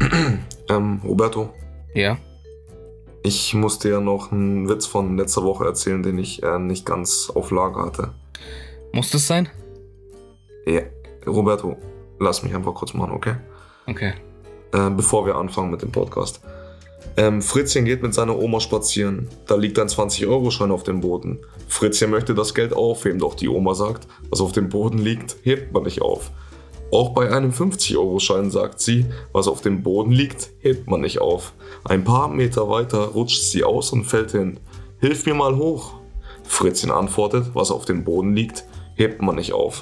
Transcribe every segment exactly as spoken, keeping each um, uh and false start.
Ähm, Roberto, Ja? ich muss dir noch einen Witz von letzter Woche erzählen, den ich äh, nicht ganz auf Lager hatte. Muss das sein? Ja, Roberto, lass mich einfach kurz machen, okay? Okay. Äh, bevor wir anfangen mit dem Podcast. Ähm, Fritzchen geht mit seiner Oma spazieren. Da liegt ein zwanzig-Euro-Schein auf dem Boden. Fritzchen möchte das Geld aufheben, doch die Oma sagt, was auf dem Boden liegt, hebt man nicht auf. Auch bei einem fünfzig-Euro-Schein sagt sie, was auf dem Boden liegt, hebt man nicht auf. Ein paar Meter weiter rutscht sie aus und fällt hin. Hilf mir mal hoch. Fritzchen antwortet, was auf dem Boden liegt, hebt man nicht auf.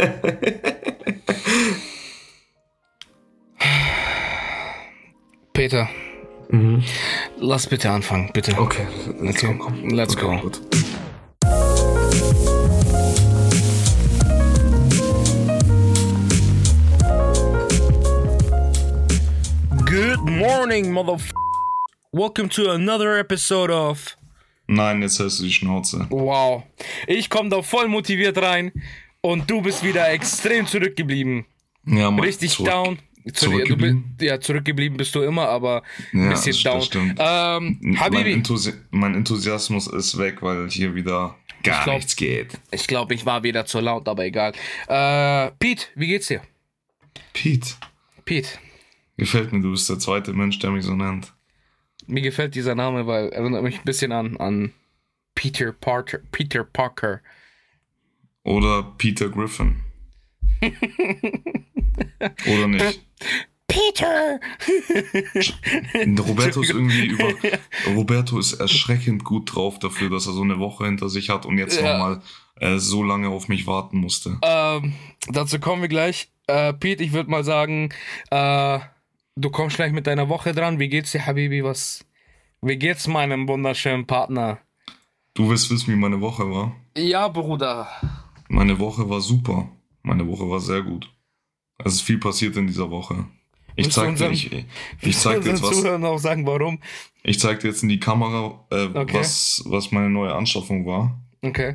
Peter, Mhm. lass bitte anfangen, bitte. Okay, let's Okay, go. Komm. let's okay, go. Gut. Good morning, motherf... Welcome to another episode of... Nein, jetzt hörst du die Schnauze. Wow. Ich komme da voll motiviert rein und du bist wieder extrem zurückgeblieben. Ja, Mann, Richtig zurück. down. Zu- zurückgeblieben? Du bist, ja, zurückgeblieben bist du immer, aber ein Ja, bisschen das- down. das stimmt. Ähm, Mein, Habibi, Enthusi mein Enthusiasmus ist weg, weil hier wieder gar Ich glaub- nichts geht. ich glaube, ich war wieder zu laut, aber egal. Äh, Pete, wie geht's dir? Pete, Pete, gefällt mir, du bist der zweite Mensch, der mich so nennt. mir gefällt dieser Name, weil er erinnert mich ein bisschen an, an Peter Parker. Peter Parker. Oder Peter Griffin. Oder nicht. Peter! Roberto ist irgendwie über. Roberto ist erschreckend gut drauf dafür, dass er so eine Woche hinter sich hat und jetzt Ja. nochmal äh, so lange auf mich warten musste. Ähm, dazu kommen wir gleich. Äh, Pete, ich würde mal sagen, äh, du kommst gleich mit deiner Woche dran. Wie geht's dir, Habibi? Was? Wie geht's meinem wunderschönen Partner? Du willst wissen, wie meine Woche war? Ja, Bruder. Meine Woche war super. Meine Woche war sehr gut. Es ist viel passiert in dieser Woche. Ich Willst du zeig dir, unseren- ich, ich zeig dir jetzt was. Zuhörern auch sagen, warum. Ich zeig dir jetzt in die Kamera, äh, Okay. was, was meine neue Anschaffung war. Okay.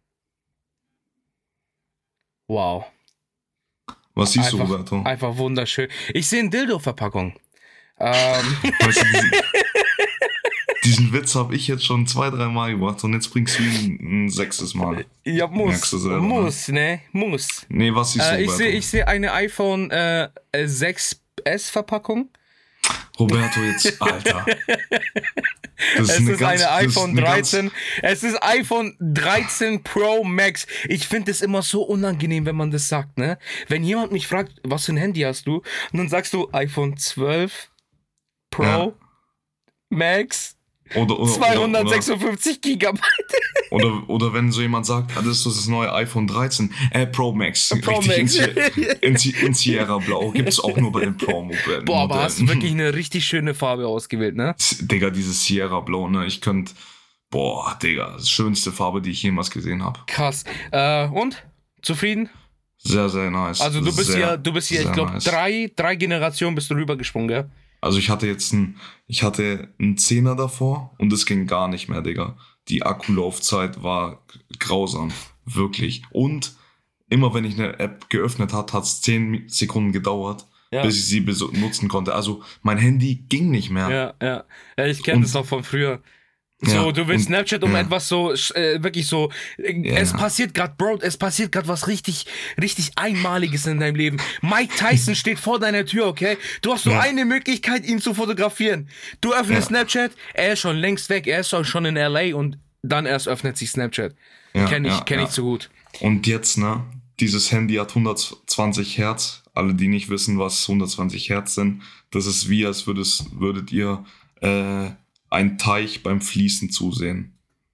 Wow. Was siehst du, Einfach, Roberto? einfach wunderschön. Ich sehe eine Dildo-Verpackung. Ähm, Weißt du, diesen, diesen Witz habe ich jetzt schon zwei, drei Mal gemacht und jetzt bringst du ihn ein sechstes Mal. ja, muss. Merkst du selber, muss, ne? Muss. Nee, was siehst du, Äh, ich Roberto? sehe ich seh eine iPhone äh, sechs S Verpackung. Roberto, jetzt, Alter. Das Es eine ist ganz- eine das ist iPhone eine ganz- dreizehn. Es ist iPhone dreizehn Pro Max. Ich finde es immer so unangenehm, wenn man das sagt, ne? Wenn jemand mich fragt, was für ein Handy hast du? Und dann sagst du iPhone zwölf Pro Ja. Max Oder, oder, zweihundertsechsundfünfzig Gigabyte. Oder, oder, oder wenn so jemand sagt, ah, das ist das neue iPhone dreizehn, äh, Pro Max, Pro richtig Max. In, Sier- in, Sier- in Sierra Blau, gibt's auch nur bei den Pro-Modellen. Boah, aber hast du wirklich eine richtig schöne Farbe ausgewählt, ne? Digga, dieses Sierra Blau, ne, ich könnte, boah, Digga, das schönste Farbe, die ich jemals gesehen habe. Krass. Äh, und? Zufrieden? Sehr, sehr nice. Also du bist sehr, ja, du bist ja, ich sehr glaube, nice. drei, drei Generationen bist du rübergesprungen, gell? Also ich hatte jetzt ein, ich hatte einen Zehner davor und es ging gar nicht mehr, Digga. Die Akkulaufzeit war grausam, wirklich. Und immer wenn ich eine App geöffnet hat, hat es zehn Sekunden gedauert, Ja. bis ich sie benutzen konnte. Also mein Handy ging nicht mehr. Ja, ja. Ja, ich kenne Und- das auch von früher. So, Ja, du willst und- Snapchat um ja. etwas so, äh, wirklich so, äh, Ja. es passiert gerade, Bro, es passiert gerade was richtig, richtig Einmaliges in deinem Leben. Mike Tyson steht vor deiner Tür, okay? Du hast nur Ja. eine Möglichkeit, ihn zu fotografieren. Du öffnest Ja. Snapchat, er ist schon längst weg, er ist schon in L A und dann erst öffnet sich Snapchat. Ja, kenn ich, ja, kenn ja. ich zu gut. Und jetzt, ne, dieses Handy hat hundertzwanzig Hertz. Alle, die nicht wissen, was hundertzwanzig Hertz sind, das ist wie, als würdet, würdet ihr äh, einen Teich beim Fließen zusehen.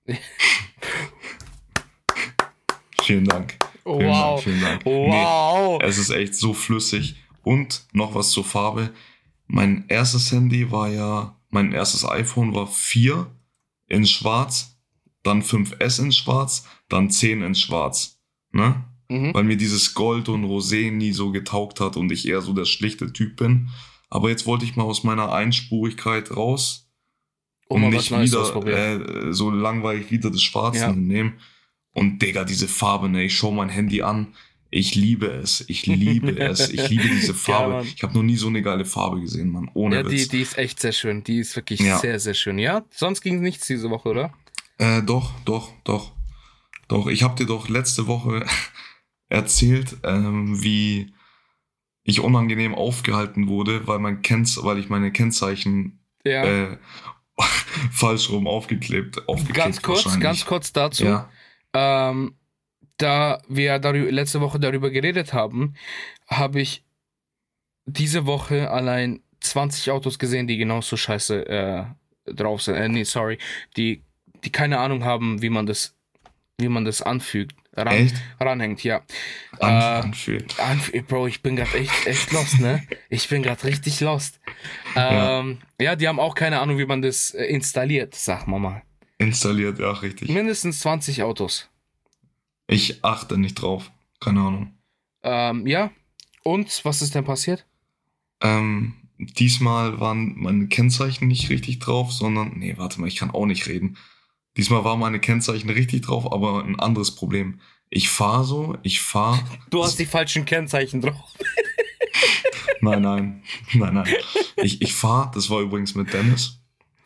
Vielen Dank. Vielen Wow. Dank, vielen Dank. Wow. Nee, es ist echt so flüssig. Und noch was zur Farbe. Mein erstes Handy war ja, mein erstes iPhone war vier in schwarz, dann fünf S in schwarz, dann zehn in schwarz. Ne? Mhm. Weil mir dieses Gold und Rosé nie so getaugt hat und ich eher so der schlichte Typ bin. Aber jetzt wollte ich mal aus meiner Einspurigkeit raus Um mal und was nicht Neues wieder ausprobieren. äh, so langweilig wieder das Schwarze Ja. nehmen. Und Digga, diese Farbe, ne, ich schau mein Handy an. Ich liebe es. Ich liebe es. Ich liebe diese Farbe. Ja, ich habe noch nie so eine geile Farbe gesehen, Mann. Ohne Ja, die, Witz. die ist echt sehr schön. Die ist wirklich Ja. sehr, sehr schön. Ja, sonst ging nichts diese Woche, oder? Äh, doch, doch, doch. Doch, ich habe dir doch letzte Woche erzählt, ähm, wie ich unangenehm aufgehalten wurde, weil, mein Kennz- weil ich meine Kennzeichen Ja. äh, falsch rum aufgeklebt, aufgeklebt ganz kurz, wahrscheinlich. ganz kurz dazu. Ja, Ähm, da wir darüber, letzte Woche darüber geredet haben, habe ich diese Woche allein zwanzig Autos gesehen, die genauso scheiße äh, drauf sind. Äh, nee, sorry. Die, die keine Ahnung haben, wie man das, wie man das anfügt. Ran, echt? ranhängt, ja. An, Äh, anfühlt. Anf- Bro, ich bin gerade echt, echt lost, ne? Ich bin gerade richtig lost. Ähm, ja. ja, die haben auch keine Ahnung, wie man das äh, installiert, sag mal mal. Installiert, ja, richtig. Mindestens zwanzig Autos. Ich achte nicht drauf. Keine Ahnung. Ähm, ja. Und, was ist denn passiert? Ähm, diesmal waren meine Kennzeichen nicht richtig drauf, sondern, nee, warte mal, ich kann auch nicht reden. Diesmal waren meine Kennzeichen richtig drauf, aber ein anderes Problem. Ich fahre so, ich fahre. Du hast die falschen Kennzeichen drauf. Nein, nein, nein, nein. Ich, ich fahre, das war übrigens mit Dennis.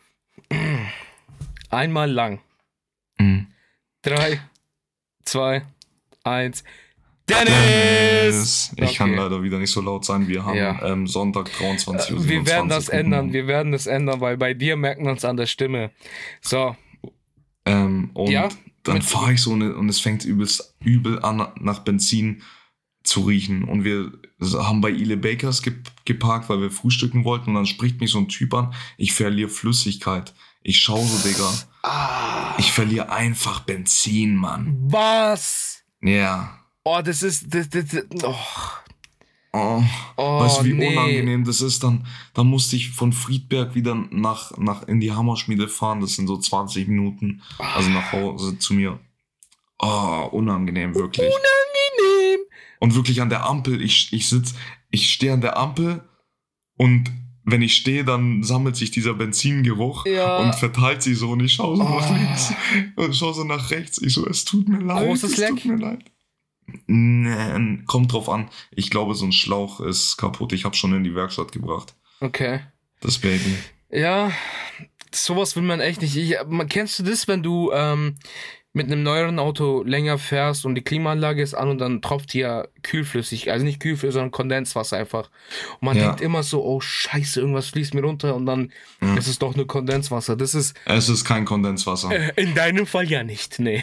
Einmal lang. Mhm. Drei, zwei, eins. Dennis! Ich kann Okay. leider wieder nicht so laut sein. Wir haben Ja. ähm, Sonntag dreiundzwanzig Uhr. Wir werden das siebenundzwanzig ändern, Minuten. wir werden das ändern, weil bei dir merken wir uns an der Stimme. So, Ähm, und Ja, dann mit- fahre ich so ne, und es fängt übelst, übel an, nach Benzin zu riechen. Und wir haben bei Ile Bakers ge- geparkt, weil wir frühstücken wollten. Und dann spricht mich so ein Typ an. Ich verliere Flüssigkeit. Ich schaue so, Digga. Ah, Ich verliere einfach Benzin, Mann. was? Ja. Oh, das ist. Das, das, das, oh. Oh. Oh, Weißt du, wie nee. unangenehm das ist? Dann, dann musste ich von Friedberg wieder nach, nach in die Hammerschmiede fahren. Das sind so zwanzig Minuten. Also nach Hause zu mir. Oh, unangenehm, wirklich. Unangenehm. Und wirklich an der Ampel, ich, ich sitz, ich stehe an der Ampel und wenn ich stehe, dann sammelt sich dieser Benzingeruch Ja. und verteilt sich so und ich schaue so Oh. nach links und schaue so nach rechts. Ich so, es tut mir leid. Großes es Leck? tut mir leid. Nee, kommt drauf an. Ich glaube, so ein Schlauch ist kaputt. Ich habe schon in die Werkstatt gebracht. Okay. Das Baby. Ja, sowas will man echt nicht. Ich, man, kennst du das, wenn du ähm, mit einem neueren Auto länger fährst und die Klimaanlage ist an und dann tropft hier Kühlflüssig, also nicht Kühlflüssig, sondern Kondenswasser einfach. Und man Ja. denkt immer so, oh scheiße, irgendwas fließt mir runter und dann Ja. ist es doch nur Kondenswasser. Das ist Es ist kein Kondenswasser. äh, in deinem Fall ja nicht, nee.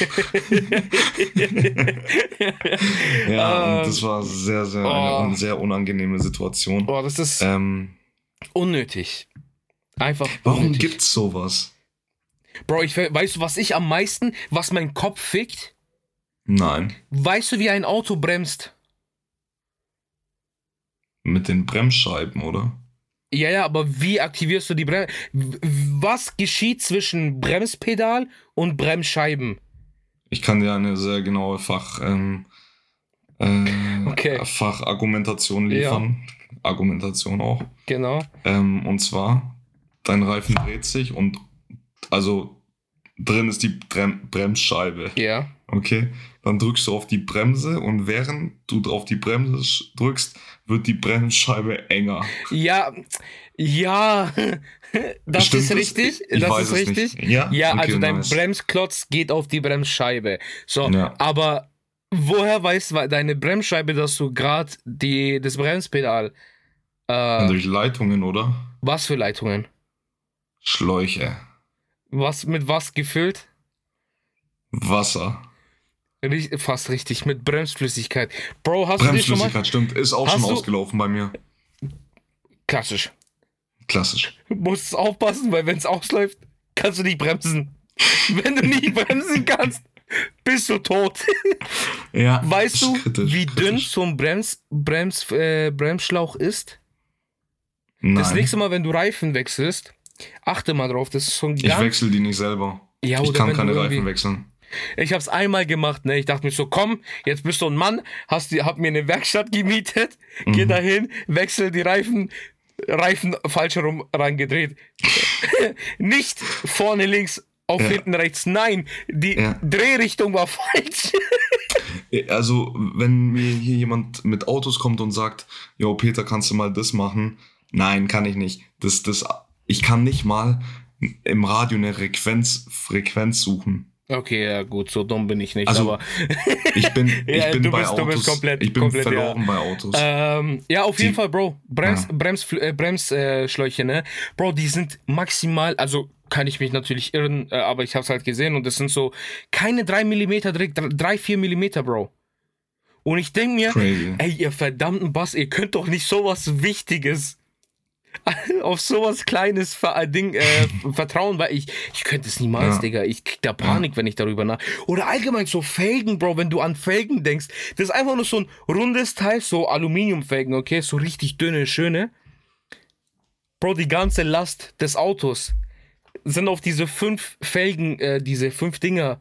Ja, ähm, und das war sehr, sehr, oh. eine sehr unangenehme Situation. Boah, das ist Ähm, unnötig. Einfach warum unnötig. gibt's sowas? Bro, ich, we- weißt du, was ich am meisten, was mein Kopf fickt? Nein. Weißt du, wie ein Auto bremst? Mit den Bremsscheiben, oder? Ja, ja, aber wie aktivierst du die Bremse? Was geschieht zwischen Bremspedal und Bremsscheiben? Ich kann dir eine sehr genaue Fach, ähm, äh, Okay. Fachargumentation liefern. Argumentation auch. Genau. Ähm, und zwar, dein Reifen dreht sich und also drin ist die Brem Bremsscheibe. Ja. Okay, dann drückst du auf die Bremse und während du auf die Bremse sch- drückst, wird die Bremsscheibe enger. Ja, ja, das Stimmt ist das? richtig. Ich das weiß ist es richtig. nicht. Ja, Ja, Okay, also dein nice. Bremsklotz geht auf die Bremsscheibe. So, Ja. aber woher weiß wa- deine Bremsscheibe, dass du gerade die das Bremspedal äh, Durch Leitungen, oder? was für Leitungen? Schläuche. Was mit was gefüllt? Wasser. Richt- Fast richtig, mit Bremsflüssigkeit. Bro, hast du dir schon mal... Bremsflüssigkeit, stimmt. Ist auch Hast schon du- ausgelaufen bei mir. Klassisch. Klassisch. Du musst aufpassen, weil wenn es ausläuft, kannst du nicht bremsen. Wenn du nicht bremsen kannst, bist du tot. Ja. Weißt du, ist kritisch, wie dünn kritisch. so ein Brems, Brems, äh, Bremsschlauch ist? Nein. Das nächste Mal, wenn du Reifen wechselst, achte mal drauf, das ist so ein Ich ganz... wechsle die nicht selber. Ja, ich oder kann wenn keine du Reifen irgendwie- wechseln. Ich hab's einmal gemacht, ne? Ich dachte mir so, komm, jetzt bist du ein Mann, hast die, hab mir eine Werkstatt gemietet, geh Mhm. dahin, wechsel die Reifen, Reifen falsch herum reingedreht. Nicht vorne links auf Ja. hinten rechts, nein, die Ja. Drehrichtung war falsch. Also, wenn mir hier jemand mit Autos kommt und sagt, yo, Peter, kannst du mal das machen? Nein, kann ich nicht. Das, das, ich kann nicht mal im Radio eine Frequenz, Frequenz suchen. Okay, ja gut, so dumm bin ich nicht, Also, aber ich bin, ich ja, bin du bei bist, du bist Autos, komplett, ich bin komplett, verloren ja. bei Autos. Ähm, ja, auf jeden Die- Fall, Bro. Brems, Ja. Brems, äh, Bremsschläuche, ne? Bro, die sind maximal, also kann ich mich natürlich irren, äh, aber ich hab's halt gesehen und das sind so keine drei Millimeter, direkt drei, vier Millimeter, Bro. Und ich denk mir, Crazy. ey, ihr verdammten Bass, ihr könnt doch nicht sowas Wichtiges auf sowas kleines Ver Ding äh, vertrauen, weil ich, ich könnte es niemals, Ja. Digga. Ich krieg da Panik, wenn ich darüber nach. Oder allgemein so Felgen, Bro, wenn du an Felgen denkst. Das ist einfach nur so ein rundes Teil, so Aluminiumfelgen, okay? So richtig dünne, schöne. Bro, die ganze Last des Autos sind auf diese fünf Felgen, äh, diese fünf Dinger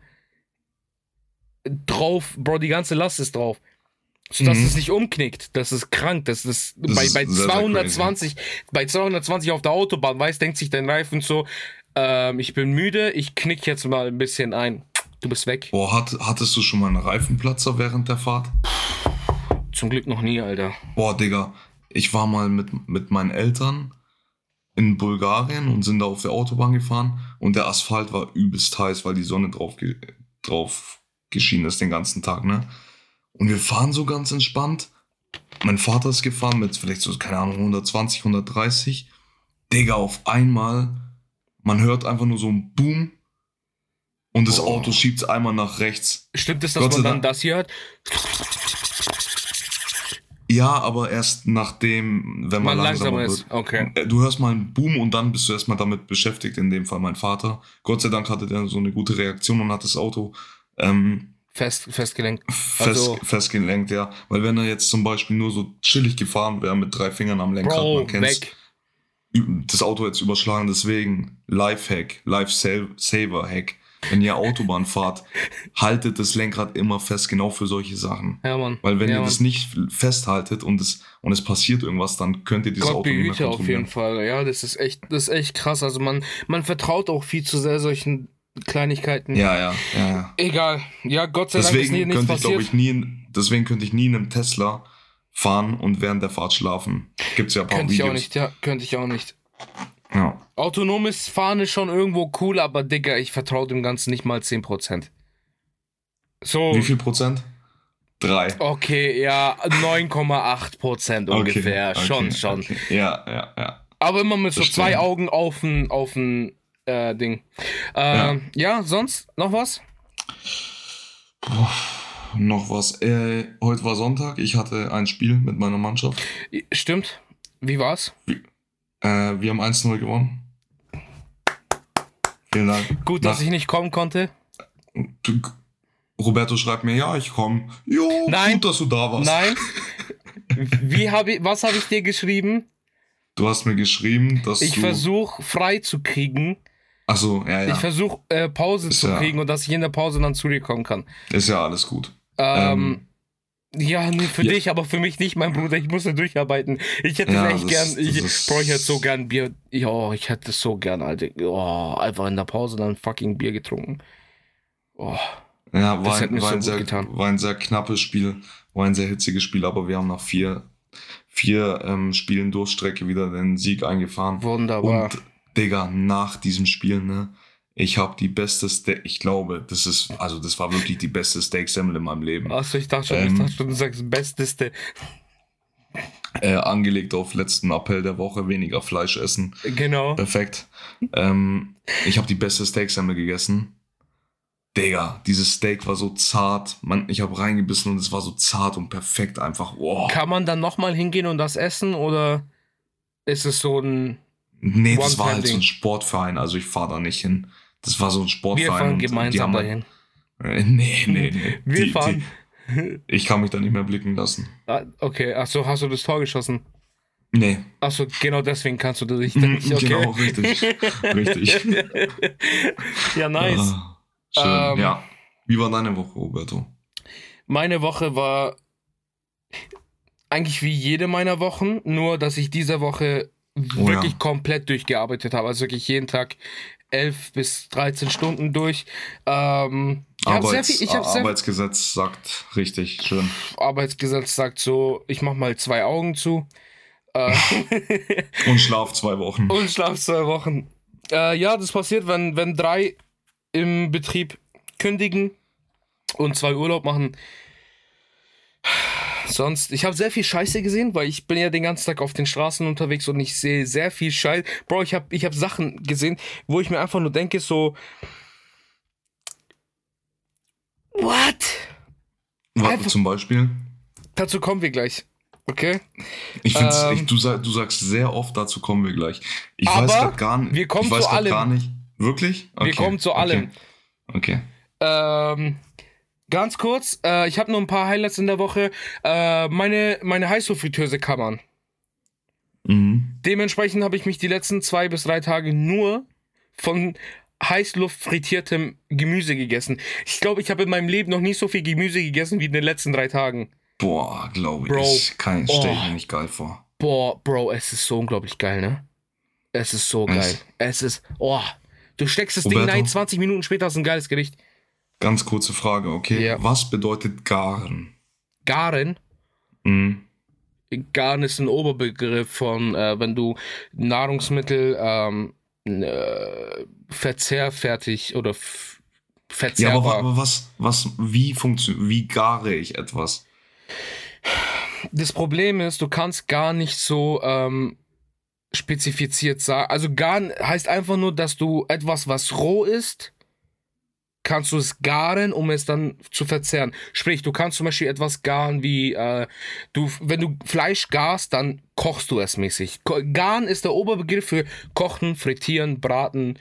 drauf. Bro, die ganze Last ist drauf. Sodass Mhm. es nicht umknickt. Das ist krank. Das ist, Das bei, ist bei sehr, sehr zweihundertzwanzig, bei zweihundertzwanzig auf der Autobahn, weiß, denkt sich dein Reifen so, ähm, ich bin müde, ich knick jetzt mal ein bisschen ein. Du bist weg. Boah, hat, hattest du schon mal einen Reifenplatzer während der Fahrt? Zum Glück noch nie, Alter. Boah, Digga, ich war mal mit, mit meinen Eltern in Bulgarien und sind da auf der Autobahn gefahren und der Asphalt war übelst heiß, weil die Sonne drauf, ge drauf geschienen ist den ganzen Tag, ne? Und wir fahren so ganz entspannt. Mein Vater ist gefahren mit vielleicht so, keine Ahnung, hundertzwanzig, hundertdreißig. Digga, auf einmal, man hört einfach nur so ein Boom und das Boah. Auto schiebt einmal nach rechts. Stimmt es, dass Gott sei man dann Dank. das hier hört? Ja, aber erst nachdem, wenn man, Man langsamer, langsamer wird. ist. Okay. Äh, Du hörst mal einen Boom und dann bist du erstmal damit beschäftigt, in dem Fall mein Vater. Gott sei Dank hatte der so eine gute Reaktion und hat das Auto ähm, Fest, festgelenkt. fest, Also- festgelenkt, ja. Weil wenn er jetzt zum Beispiel nur so chillig gefahren wäre mit drei Fingern am Lenkrad, Bro, man kennt's, weg. ü- das Auto jetzt überschlagen, deswegen Lifehack, Life-Saver-Hack. Wenn ihr Autobahn fahrt, haltet das Lenkrad immer fest, genau für solche Sachen. Ja, Mann. Weil wenn ja, ihr Mann. das nicht festhaltet und es, und es passiert irgendwas, dann könnt ihr dieses Gott Auto nicht mehr behüte auf kontrollieren. jeden Fall. Ja, das ist echt, das ist echt krass. Also man, man vertraut auch viel zu sehr solchen Kleinigkeiten. Ja, ja, ja, ja. Egal. Ja, Gott sei Dank ist Deswegen nie nichts könnte ich, glaube passiert. ich, nie, in- deswegen könnte ich nie in einem Tesla fahren und während der Fahrt schlafen. Gibt's ja ein paar Könnte ich Videos. auch nicht, ja, könnte ich auch nicht. Ja. Autonomes Fahren ist schon irgendwo cool, aber Digga, ich vertraue dem Ganzen nicht mal zehn Prozent. So, Wie viel Prozent? Drei. okay, ja, neun Komma acht Prozent ungefähr. okay, schon, okay, schon. Okay. Ja, ja, ja. Aber immer mit so Verstehe. zwei Augen auf ein, auf ein äh, Ding. Äh, ja. sonst noch was? Noch was. Äh, heute war Sonntag. Ich hatte ein Spiel mit meiner Mannschaft. Stimmt. Wie war's? Äh, wir haben eins null gewonnen. Vielen Dank. Gut, dass Nach- ich nicht kommen konnte. Roberto schreibt mir, ja, ich komme. Jo, Nein. gut, dass du da warst. Nein. Wie hab ich, was habe ich dir geschrieben? Du hast mir geschrieben, dass Ich du... versuche frei zu kriegen. Achso, ja, ja. Ich versuche äh, Pause Ist zu ja- kriegen und dass ich in der Pause dann zu dir kommen kann. Ist ja alles gut. Ähm, ja, nee, für ja. dich, aber für mich nicht, mein Bruder. Ich musste durcharbeiten. Ich hätte Ja, echt das- gern. das Ich, ist- Bro, ich hätte so gern Bier. Ja, ich hätte so gern, Alter. Oh, einfach in der Pause dann fucking Bier getrunken. Oh. Ja, Das war, hätte ein, mir war, so ein gut sehr, getan. war ein sehr knappes Spiel, war ein sehr hitziges Spiel, aber wir haben nach vier, vier ähm, Spielen Durchstrecke wieder den Sieg eingefahren. Wunderbar. Und, Digga, nach diesem Spiel, ne, ich habe die beste Steak, ich glaube, das ist, also das war wirklich die beste Steak-Semmel in meinem Leben. Achso, ich dachte schon, ich Ähm, dachte schon, du sagst Besteste. Äh, angelegt auf letzten Appell der Woche, weniger Fleisch essen. Genau. Perfekt. ähm, ich habe die beste Steak-Semmel gegessen. Digga, dieses Steak war so zart. Man, ich habe reingebissen und es war so zart und perfekt einfach. Wow. Kann man dann nochmal hingehen und das essen oder ist es so ein. Nee, das war halt One-Time-Ding? so ein Sportverein, also ich fahre da nicht hin. Das war so ein Wir Sportverein. fahren und die gemeinsam haben dahin. halt- Äh, Nee, nee, nee. Wir Die- fahren. Die, ich kann mich da nicht mehr blicken lassen. Ah, okay, achso, hast du das Tor geschossen? Nee. Achso, genau deswegen kannst du das nicht. Mhm, nicht okay. Genau, richtig. Richtig. Ja, nice. Ah, schön. Ähm, ja. Wie war deine Woche, Roberto? Meine Woche war eigentlich wie jede meiner Wochen, nur dass ich diese Woche Oh wirklich ja. komplett durchgearbeitet habe. Also wirklich jeden Tag elf bis dreizehn Stunden durch. Ähm, ich hab sehr Arbeits, viel, ich hab sehr Arbeitsgesetz sagt richtig schön. Arbeitsgesetz sagt so, ich mach mal zwei Augen zu. Äh, Und Schlaf zwei Wochen. und schlaf zwei Wochen. Äh, ja, das passiert, wenn, wenn drei im Betrieb kündigen und zwei Urlaub machen. Sonst, ich habe sehr viel Scheiße gesehen, weil ich bin ja den ganzen Tag auf den Straßen unterwegs und ich sehe sehr viel Scheiße. Bro, ich habe ich hab Sachen gesehen, wo ich mir einfach nur denke, so... What? Was Einfach- zum Beispiel? Dazu kommen wir gleich. Okay? Ich finde, Ähm, ich, du, sag, du sagst sehr oft, dazu kommen wir gleich. Ich Aber weiß grad gar nicht. wir kommen ich weiß zu grad allem. gar nicht. Wirklich? Okay. Wir kommen zu allem. Okay. okay. Ähm, ganz kurz, äh, ich habe nur ein paar Highlights in der Woche. Äh, meine meine Heißluftfritteuse kann man. Mhm. Dementsprechend habe ich mich die letzten zwei bis drei Tage nur von Heißluft frittiertem Gemüse gegessen. Ich glaube, ich habe in meinem Leben noch nie so viel Gemüse gegessen wie in den letzten drei Tagen. Boah, glaube Bro. ich. Kann, stell ich Oh. mir nicht geil vor. Boah, Bro, es ist so unglaublich geil, ne? Es ist so geil. Echt? Es ist, oh, du steckst das Ding Roberto? rein, zwanzig Minuten später hast du ein geiles Gericht. Ganz kurze Frage, okay? Ja. Was bedeutet garen? Garen, Mhm. Garen ist ein Oberbegriff von, äh, wenn du Nahrungsmittel ähm, äh, verzehrfertig oder f- Ja, aber, verzehrbar. wa- aber was, was, wie funktioniert, wie gare ich etwas? Das Problem ist, du kannst gar nicht so ähm, spezifiziert sagen. Also garen heißt einfach nur, dass du etwas, was roh ist, kannst du es garen, um es dann zu verzehren. Sprich, du kannst zum Beispiel etwas garen wie, äh, du, wenn du Fleisch garst, dann kochst du es mäßig. Ko- Garen ist der Oberbegriff für kochen, frittieren, braten,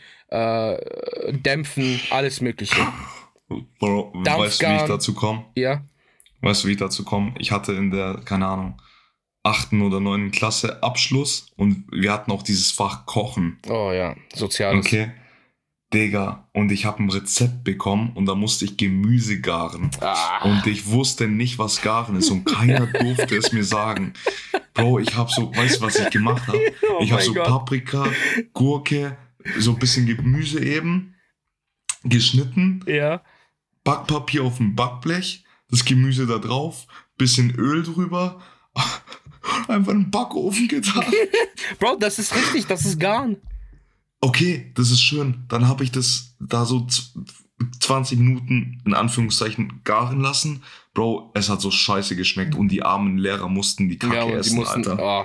äh, dämpfen, alles mögliche. Bro, weißt du, wie ich Dampfgaren. dazu komme? Ja? Weißt du, wie ich dazu komme? Ich hatte in der, keine Ahnung, achten oder neunten Klasse Abschluss und wir hatten auch dieses Fach Kochen. Oh ja, Soziales. Okay? Digga, und ich habe ein Rezept bekommen und da musste ich Gemüse garen. Ah. Und ich wusste nicht, was garen ist und keiner durfte es mir sagen. Bro, ich habe so, weißt du, was ich gemacht habe? Oh ich habe mein so Gott. Paprika, Gurke, so ein bisschen Gemüse eben, geschnitten, Ja. Backpapier auf dem Backblech, das Gemüse da drauf, bisschen Öl drüber, einfach in den Backofen getan. Bro, das ist richtig, das ist Garen. Okay, das ist schön. Dann habe ich das da so z- zwanzig Minuten in Anführungszeichen garen lassen. Bro, es hat so scheiße geschmeckt und die armen Lehrer mussten die Kacke Ja, und die essen, mussten. Alter. Oh.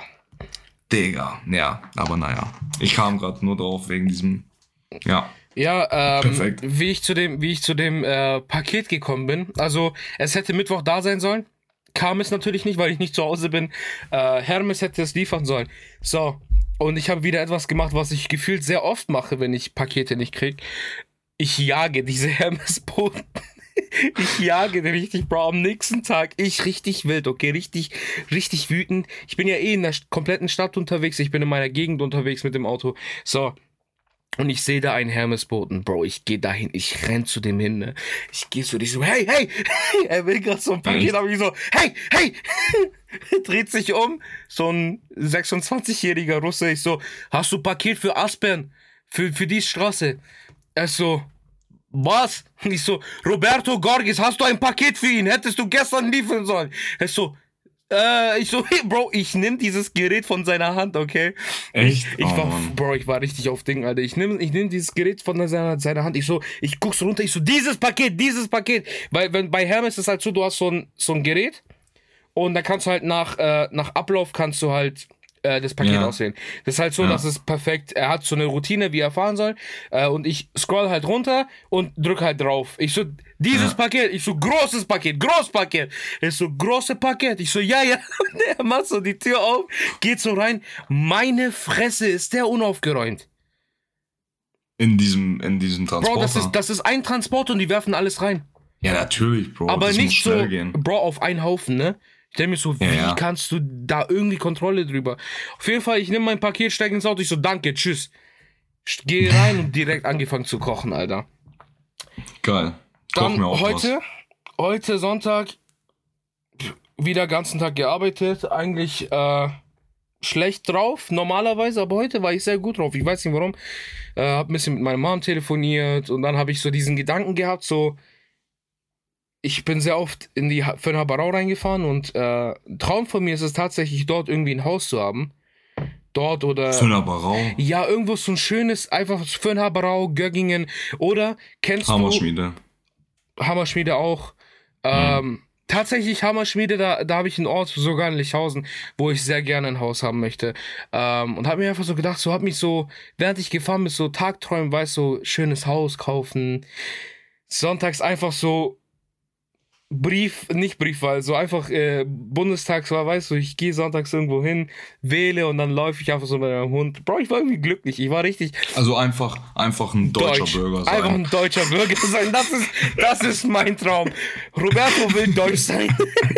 Digga, ja, aber naja. Ich kam gerade nur drauf wegen diesem, ja. Ja, ähm, Perfekt. wie ich zu dem, wie ich zu dem äh, Paket gekommen bin. Also, es hätte Mittwoch da sein sollen. Kam es natürlich nicht, weil ich nicht zu Hause bin. Äh, Hermes hätte es liefern sollen. So, und ich habe wieder etwas gemacht, was ich gefühlt sehr oft mache, wenn ich Pakete nicht krieg. Ich jage diese Hermes-Boten. Ich jage den richtig, Bro. Am nächsten Tag, ich richtig wild, okay? Richtig, richtig wütend. Ich bin ja eh in der kompletten Stadt unterwegs. Ich bin in meiner Gegend unterwegs mit dem Auto. So. Und ich sehe da einen Hermesboten, Bro, ich gehe dahin, ich renn zu dem hin, ne? Ich gehe zu dem so, hey, hey, er will gerade so ein Paket, Echt? aber ich so, hey, hey, dreht sich um, so ein sechsundzwanzigjähriger Russe, ich so, hast du Paket für Aspern, für, für die Straße? Er so, was? Und ich so, Roberto Gorgis, hast du ein Paket für ihn? Hättest du gestern liefern sollen. Er so, äh, ich so, hey, Bro, ich nehm dieses Gerät von seiner Hand, okay? Echt? Ich, ich Oh, war, Mann. Bro, ich war richtig auf Ding, Alter. Ich nehm, ich nehm dieses Gerät von seiner, seiner Hand. Ich so, ich guck's runter, ich so, dieses Paket, dieses Paket. Weil, wenn, bei Hermes ist es halt so, du hast so ein, so ein Gerät und dann kannst du halt nach, äh, nach Ablauf kannst du halt äh, das Paket Ja. auswählen. Das ist halt so, Ja. dass es perfekt, er hat so eine Routine, wie er fahren soll. Äh, und ich scroll halt runter und drück halt drauf. Ich so, dieses Ja. Paket, ich so, großes Paket, großes Paket. Ich so, große Paket. Ich so, ja, ja. Und er macht so die Tür auf, geht so rein. Meine Fresse, ist der unaufgeräumt. In diesem, in diesem Transporter. Bro, das ist, das ist ein Transport und die werfen alles rein. ja, natürlich, Bro. Aber das nicht muss schnell so, gehen. Bro, auf einen Haufen, ne? Ich denke mir so, wie Ja, ja. kannst du da irgendwie Kontrolle drüber? Auf jeden Fall, ich nehme mein Paket, steige ins Auto, ich so, danke, tschüss. Gehe rein und direkt angefangen zu kochen, Alter. Geil. Koch Dann mir auch heute, heute Sonntag, wieder ganzen Tag gearbeitet. Eigentlich, äh, schlecht drauf, normalerweise, aber heute war ich sehr gut drauf. Ich weiß nicht warum. Äh, hab ein bisschen mit meiner Mom telefoniert und dann habe ich so diesen Gedanken gehabt, so, ich bin sehr oft in die ha- Föhn Haberau reingefahren und äh, ein Traum von mir ist es tatsächlich, dort irgendwie ein Haus zu haben. Dort oder... Föhn Haberau. Ja, irgendwo so ein schönes, einfach Föhn Haberau, Göggingen oder kennst Hammerschmiede. du... Hammerschmiede auch. Ähm, tatsächlich Hammerschmiede, da, da habe ich einen Ort, sogar in Lichhausen, wo ich sehr gerne ein Haus haben möchte. Ähm, und habe mir einfach so gedacht, so habe mich so, während ich gefahren bin, so Tagträumen, weißt du, so schönes Haus kaufen. Sonntags einfach so Brief, nicht Briefwahl, so einfach äh, Bundestagswahl, weißt du, ich gehe sonntags irgendwo hin, wähle und dann läufe ich einfach so mit meinem Hund. Bro, ich war irgendwie glücklich, ich war richtig Also einfach, einfach ein deutscher deutsch. Bürger sein. Einfach ein deutscher Bürger sein, das ist, das ist mein Traum. Roberto will deutsch sein.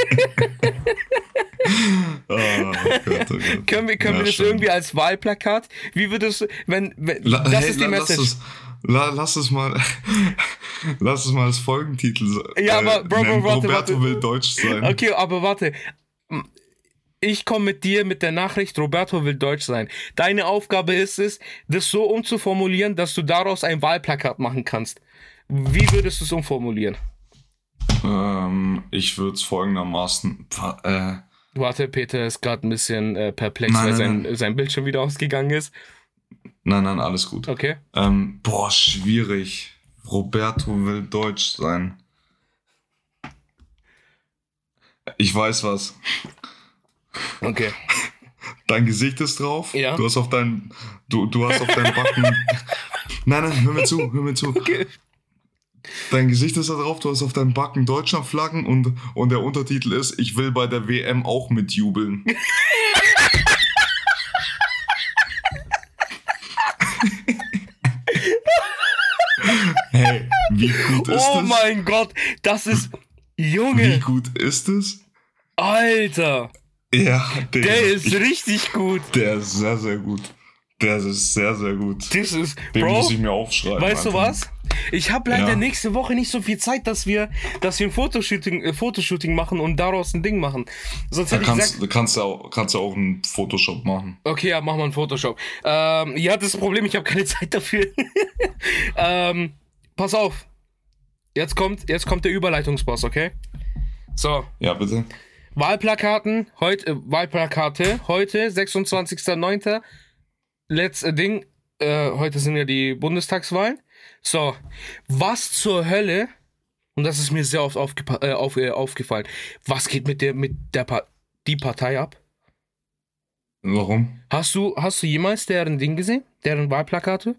Ah, oh Gott, oh Gott. Können wir, können Ja, wir das schön. irgendwie als Wahlplakat, wie würdest du, wenn, wenn La das hey, ist die la Message. Lass es, la lass es mal, lass es mal als Folgentitel sein. Ja, aber, Bro, Bro, warte, Roberto warte. will deutsch sein. Okay, aber warte. Ich komme mit dir mit der Nachricht, Roberto will deutsch sein. Deine Aufgabe ist es, das so umzuformulieren, dass du daraus ein Wahlplakat machen kannst. Wie würdest du es umformulieren? Ähm, ich würde es folgendermaßen. Äh, Warte, Peter ist gerade ein bisschen äh, perplex, Nein, weil nein, sein, nein. sein Bildschirm wieder ausgegangen ist. nein, nein, alles gut. Okay. Ähm, boah, schwierig. Roberto will deutsch sein. Ich weiß was. Okay. Dein Gesicht ist drauf. Ja. Du hast auf deinen. Du, du hast auf deinen Backen. Nein, nein, hör mir zu, hör mir zu. Okay. Dein Gesicht ist da drauf, du hast auf deinem Backen Deutschlandflaggen und, und der Untertitel ist: Ich will bei der W M auch mitjubeln. Hey, wie gut ist Oh das? mein Gott, das ist. Junge, Wie gut ist es? Alter, Ja, der, der ist richtig gut. der ist sehr, sehr gut. Der ist sehr, sehr gut. Das ist, Den Bro, muss ich mir aufschreiben. weißt du einfach. was? Ich habe leider Ja. nächste Woche nicht so viel Zeit, dass wir, dass wir ein Fotoshooting, äh, Fotoshooting machen und daraus ein Ding machen. Sonst Da hätte ich kannst, gesagt, da kannst, du auch, kannst du auch einen Photoshop machen. okay, ja, machen wir ein Photoshop. Ähm, ja, das ist das Problem, ich habe keine Zeit dafür. ähm, pass auf. Jetzt kommt, jetzt kommt der Überleitungsboss, okay? So, Ja, bitte. Wahlplakaten, heute, äh, Wahlplakate, heute, sechsundzwanzigster neunter Letztes Ding, äh, heute sind ja die Bundestagswahlen. So, was zur Hölle, und das ist mir sehr oft aufgepa- äh, auf, äh, aufgefallen, was geht mit der, mit der pa- die Partei ab? Warum? Hast du, hast du jemals deren Ding gesehen? Deren Wahlplakate?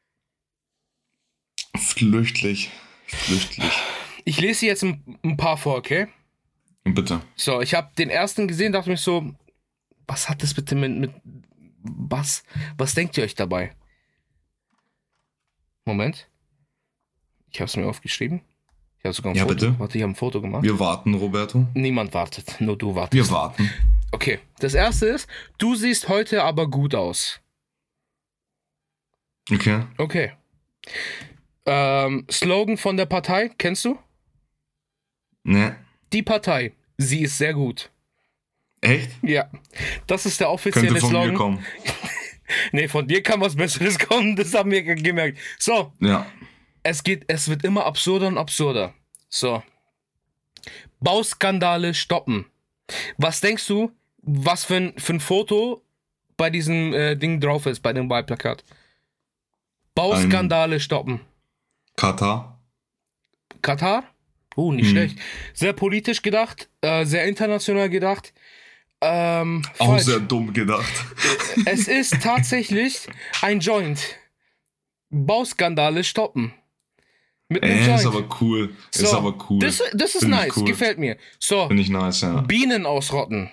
Flüchtlich. Flüchtlich. Ich lese jetzt ein, ein paar vor, okay? Bitte. So, ich habe den ersten gesehen, dachte mir so, was hat das bitte mit, mit was? Was denkt ihr euch dabei? Moment. Ich habe es mir aufgeschrieben. Ich habe sogar ein Ja, Foto. bitte. Warte, ich habe ein Foto gemacht. Wir warten, Roberto. Niemand wartet, nur du wartest. Wir warten. Okay, das erste ist, du siehst heute aber gut aus. Okay. Okay. Ähm, Slogan von der Partei, kennst du? Ne. Die Partei, sie ist sehr gut. Echt? Ja, das ist der offizielle Könnte von Slogan. mir kommen. Nee, von dir kann was Besseres kommen, das haben wir ge- gemerkt. So, Ja. es geht, es wird immer absurder und absurder. So. Bauskandale stoppen. Was denkst du, was für ein, für ein Foto bei diesem äh, Ding drauf ist, bei dem Wahlplakat? Bauskandale stoppen. Katar. Katar? Oh, nicht Hm. schlecht. Sehr politisch gedacht, äh, sehr international gedacht. Ähm, Auch falsch. sehr dumm gedacht. Es ist tatsächlich ein Joint. Bauskandale stoppen. Mit einem Äh, Joint. ist aber cool. So, Ist aber cool. Das, das ist Find ich nice, cool. gefällt mir. So, Finde ich nice, ja. Bienen ausrotten.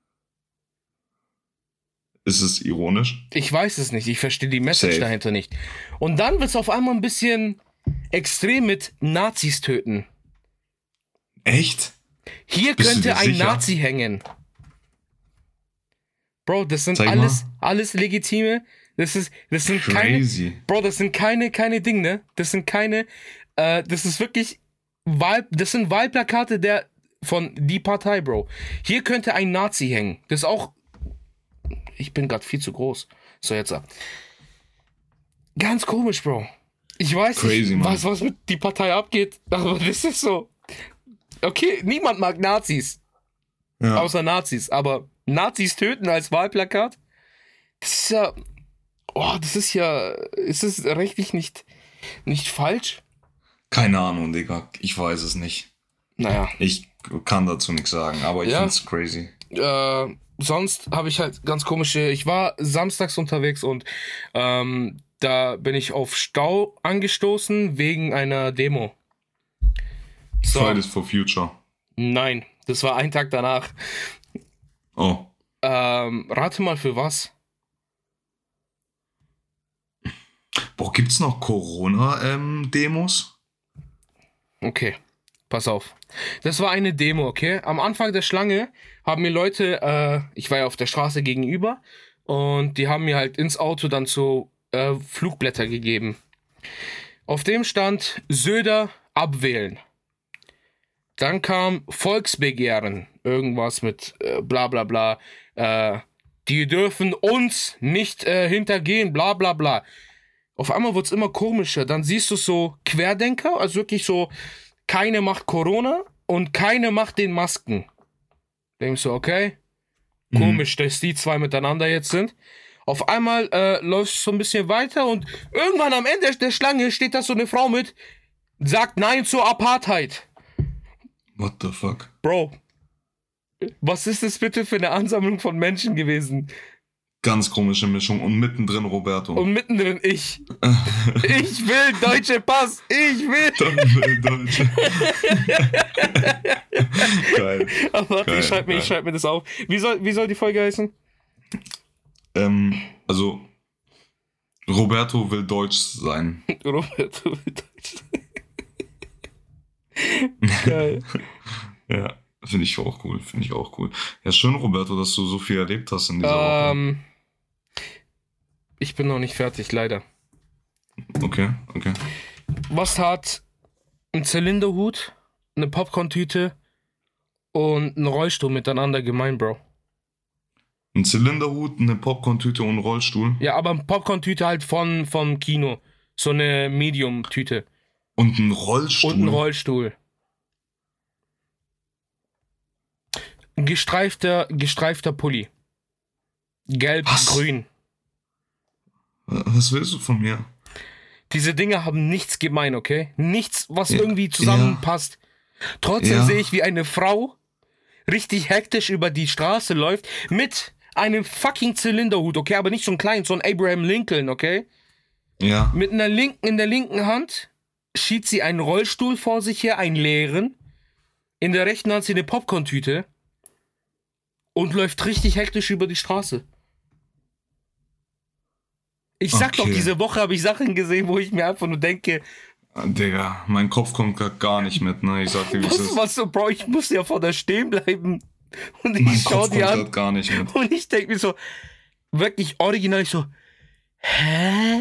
Ist es ironisch? Ich weiß es nicht, ich verstehe die Message Safe. dahinter nicht. Und dann wird es auf einmal ein bisschen extrem mit Nazis töten. Echt? Hier Bist du könnte dir ein sicher? Nazi hängen. Bro, das sind Zeig mal. alles, alles legitime. Das ist, das sind keine, Crazy. Bro, das sind keine, keine Dinge, ne? Das sind keine, äh, das ist wirklich Wahl, das sind Wahlplakate der, von die Partei, Bro. Hier könnte ein Nazi hängen. Das ist auch ich bin gerade viel zu groß. So, jetzt. Ganz komisch, Bro. Ich weiß Crazy, nicht, Mann. was, was mit die Partei abgeht, aber das ist so. Okay, niemand mag Nazis, Ja. außer Nazis, aber Nazis töten als Wahlplakat, das ist ja, oh, das ist ja, ist es rechtlich nicht, nicht falsch? Keine Ahnung, Digga. Ich weiß es nicht. Naja, Ich kann dazu nichts sagen, aber ich Ja. find's crazy. äh, sonst habe ich halt ganz komische, ich war samstags unterwegs und ähm, da bin ich auf Stau angestoßen wegen einer Demo. So, Fridays for Future. nein, das war ein Tag danach. Oh. Ähm, rate mal für was? Boah, gibt's noch Corona-Demos? Okay, pass auf. Das war eine Demo, okay? Am Anfang der Schlange haben mir Leute, äh, ich war ja auf der Straße gegenüber und die haben mir halt ins Auto dann so äh, Flugblätter gegeben. Auf dem stand Söder abwählen. Dann kam Volksbegehren, irgendwas mit äh, bla bla bla. Äh, die dürfen uns nicht äh, hintergehen, bla bla bla. Auf einmal wird es immer komischer. Dann siehst du so Querdenker, also wirklich so, keine macht Corona und keine macht den Masken. Denkst du, okay, komisch, dass die zwei miteinander jetzt sind. Auf einmal äh, läuft es so ein bisschen weiter und irgendwann am Ende der Schlange steht da so eine Frau mit, sagt Nein zur Apartheid. What the fuck? Bro, was ist das bitte für eine Ansammlung von Menschen gewesen? Ganz komische Mischung. Und mittendrin Roberto. Und mittendrin ich. Ich will deutsche Pass. Ich will. Dann will Deutsche. Geil. Aber warte, Geil, ich schreib mir, ich geil. schreib mir das auf. Wie soll, wie soll die Folge heißen? Ähm, also, Roberto will deutsch sein. Robert, du willst Deutsch. Geil. Ja, finde ich auch cool. Finde ich auch cool. Ja, schön, Roberto, dass du so viel erlebt hast in dieser Woche. Ähm, ich bin noch nicht fertig, leider. Okay, okay. Was hat ein Zylinderhut, eine Popcorn-Tüte und ein Rollstuhl miteinander gemein, Bro? Ein Zylinderhut, eine Popcorn-Tüte und ein Rollstuhl. Ja, aber eine Popcorn-Tüte halt von, vom Kino. So eine Medium-Tüte. Und ein Rollstuhl. Und ein Rollstuhl. Ein gestreifter, gestreifter Pulli. Gelb, Was? grün. Was willst du von mir? Diese Dinge haben nichts gemein, okay? Nichts, was Ja, irgendwie zusammenpasst. Trotzdem Ja. sehe ich, wie eine Frau richtig hektisch über die Straße läuft mit einem fucking Zylinderhut, okay? Aber nicht so ein kleinen, so ein Abraham Lincoln, okay? Ja. Mit einer linken, in der linken Hand schiebt sie einen Rollstuhl vor sich her, einen leeren. In der rechten hat sie eine Popcorn-Tüte und läuft richtig hektisch über die Straße. Ich sag doch, Okay. diese Woche habe ich Sachen gesehen, wo ich mir einfach nur denke, Digga, mein Kopf kommt grad gar nicht mit, ne? Ich sag dir, wie es was, ist. was so, Bro, ich muss ja vor der stehen bleiben. Und Mein ich schau Kopf die kommt an grad gar nicht mit. und ich denke mir so, wirklich original, ich so, hä?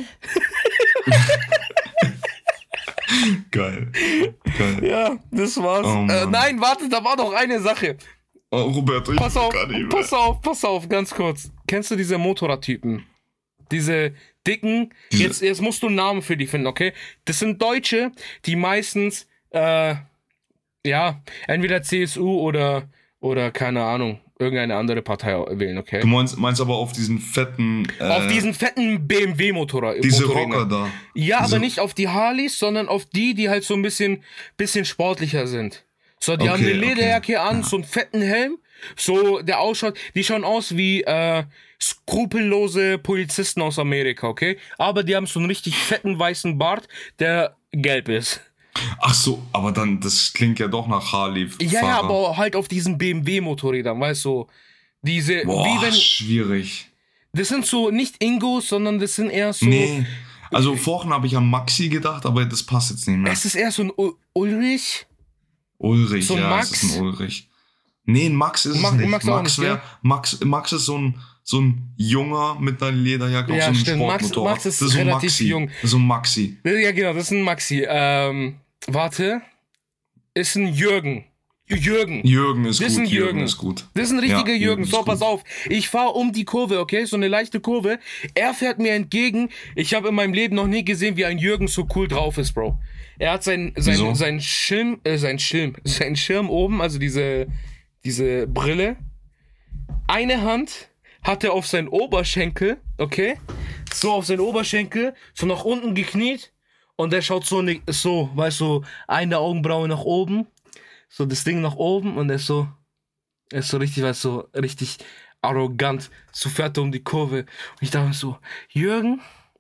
Geil. Geil. Ja, das war's. Oh, äh, Mann. nein, warte, da war noch eine Sache. Oh, Roberto, ich Pass bin auf, gar nicht mehr. pass auf, pass auf, ganz kurz. Kennst du diese Motorradtypen? Diese dicken, Diese- jetzt, jetzt musst du einen Namen für die finden, okay? Das sind Deutsche, die meistens, äh, ja, entweder C S U oder, oder keine Ahnung, irgendeine andere Partei wählen, okay? Du meinst, meinst aber auf diesen fetten. Äh, Auf diesen fetten B M W-Motorrad. Diese Rocker da. Ja, Diese- aber nicht auf die Harleys, sondern auf die, die halt so ein bisschen, bisschen sportlicher sind. So, die Okay, haben eine okay. Lederjacke an, so einen fetten Helm, so, der ausschaut, die schauen aus wie, äh, skrupellose Polizisten aus Amerika, okay? Aber die haben so einen richtig fetten weißen Bart, der gelb ist. Ach so, aber dann, das klingt ja doch nach Harley. Ja, ja, aber halt auf diesen B M W-Motorrädern, weißt du, diese, Boah, wie wenn, schwierig. das sind so nicht Ingos, sondern das sind eher so, Nee. Also vorhin habe ich an Maxi gedacht, aber das passt jetzt nicht mehr. es ist eher so ein U- Ulrich. Ulrich, so ein ja, Max? es ist ein Ulrich. Nee, ein Max ist Max- es nicht. Max Max, auch nicht, wär, Max, Max ist so ein, so ein Junger mit einer Lederjacke Ja, auf so einem stimmt. Max- Sportmotorrad. Max ist das ist so ein relativ Maxi. jung. Das ist so ein Maxi. Ja, genau, das ist ein Maxi. Ähm, warte. Ist ein Jürgen. Jürgen. Jürgen ist Das gut. ist ein Jürgen. Jürgen ist gut. Das ist ein richtiger Ja, Jürgen. ist So, gut. pass auf. Ich fahre um die Kurve, okay? So eine leichte Kurve. Er fährt mir entgegen. Ich habe in meinem Leben noch nie gesehen, wie ein Jürgen so cool drauf ist, Bro. Er hat sein, sein, Wieso? sein Schirm, äh, sein Schirm, sein Schirm oben, also diese, diese Brille. Eine Hand hat er auf seinen Oberschenkel, okay? So auf seinen Oberschenkel, so nach unten gekniet. Und er schaut so, ne, so, weißt du, eine Augenbraue nach oben. So das Ding nach oben und er ist so, er ist so richtig, weißt du, so richtig arrogant. So fährt er um die Kurve. Und ich dachte mir so, Jürgen,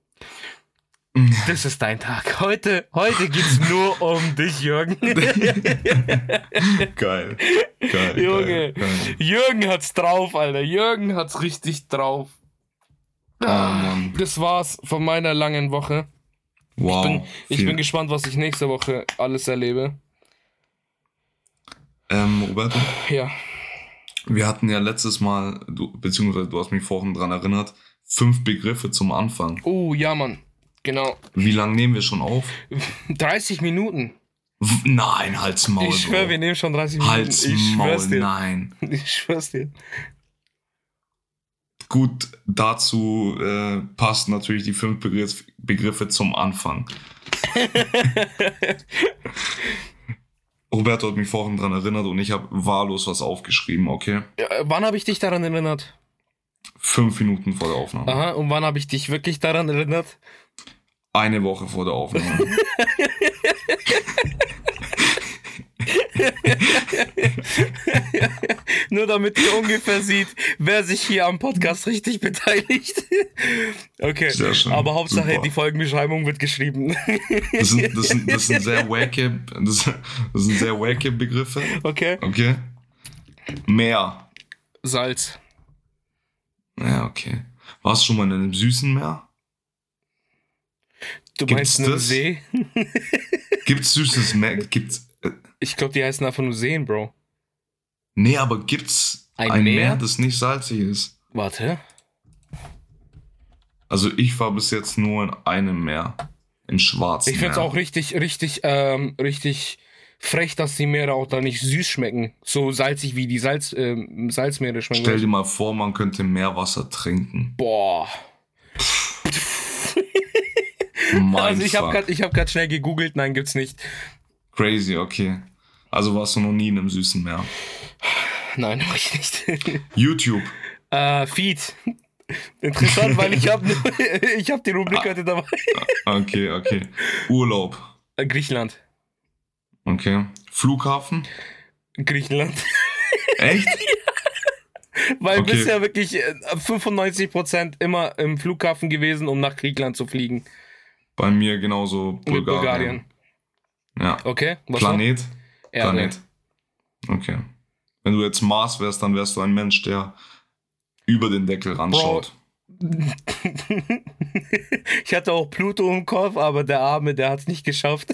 das ist dein Tag. Heute, heute geht's nur um dich, Jürgen. Geil. Geil. Junge, Geil, geil. Jürgen hat's drauf, Alter. Jürgen hat's richtig drauf. Oh, Mann. Das war's von meiner langen Woche. Wow. Ich bin, ich viel. bin gespannt, was ich nächste Woche alles erlebe. Ähm, Roberto, Ja. wir hatten ja letztes Mal, du, beziehungsweise du hast mich vorhin dran erinnert, fünf Begriffe zum Anfang. Oh, ja, Mann. Genau. Wie lange nehmen wir schon auf? dreißig Minuten. W- Nein, halt's Maul. Ich schwöre, Bro. wir nehmen schon dreißig Minuten. Halt's Ich Maul, schwör's dir. nein. Ich schwör's dir. Gut, dazu äh, passen natürlich die fünf Begriff, Begriffe zum Anfang. Roberto hat mich vorhin dran erinnert und ich habe wahllos was aufgeschrieben, okay? Ja, wann habe ich dich daran erinnert? Fünf Minuten vor der Aufnahme. Aha, und wann habe ich dich wirklich daran erinnert? Eine Woche vor der Aufnahme. Nur damit ihr ungefähr sieht, wer sich hier am Podcast richtig beteiligt. Okay, Sehr schön. aber Hauptsache Super. die Folgenbeschreibung wird geschrieben. Das sind, das sind, das sind sehr wacke, das, das sind sehr wacke Begriffe. Okay. Okay. Meer. Salz. Ja, okay. Warst du schon mal in einem süßen Meer? Du Gibt's meinst einen das? See? Gibt's süßes Meer? Gibt's. Äh, Ich glaube, die heißen einfach nur Seen, Bro. nee, aber gibt's Ein ein, Meer? Meer? das nicht salzig ist? Warte. Also ich war bis jetzt nur in einem Meer. Im Schwarzen Ich finde es Meer. auch richtig, richtig, ähm, richtig frech, dass die Meere auch da nicht süß schmecken. So salzig wie die Salz, ähm, Salzmeere schmecken. Stell dir mal vor, man könnte Meerwasser trinken. Boah. Mein Also ich habe Fuck. gerade hab grad schnell gegoogelt, nein, gibt's nicht. Crazy, okay. Also warst du noch nie in einem süßen Meer. Nein, mach ich nicht. YouTube. äh, Feed. Interessant, weil ich habe ich hab die Rubrik heute dabei. Okay, okay. Urlaub. Äh, Griechenland. Okay. Flughafen. Griechenland. Echt? Weil Okay. bisher wirklich äh, fünfundneunzig Prozent immer im Flughafen gewesen, um nach Griechenland zu fliegen. Bei mir genauso Bulgarien. Mit Bulgarien. Ja. Okay, was Planet. noch? Erde. Planet. Okay. Wenn du jetzt Mars wärst, dann wärst du ein Mensch, der über den Deckel ranschaut. Ich hatte auch Pluto im Kopf, aber der Arme, der hat es nicht geschafft.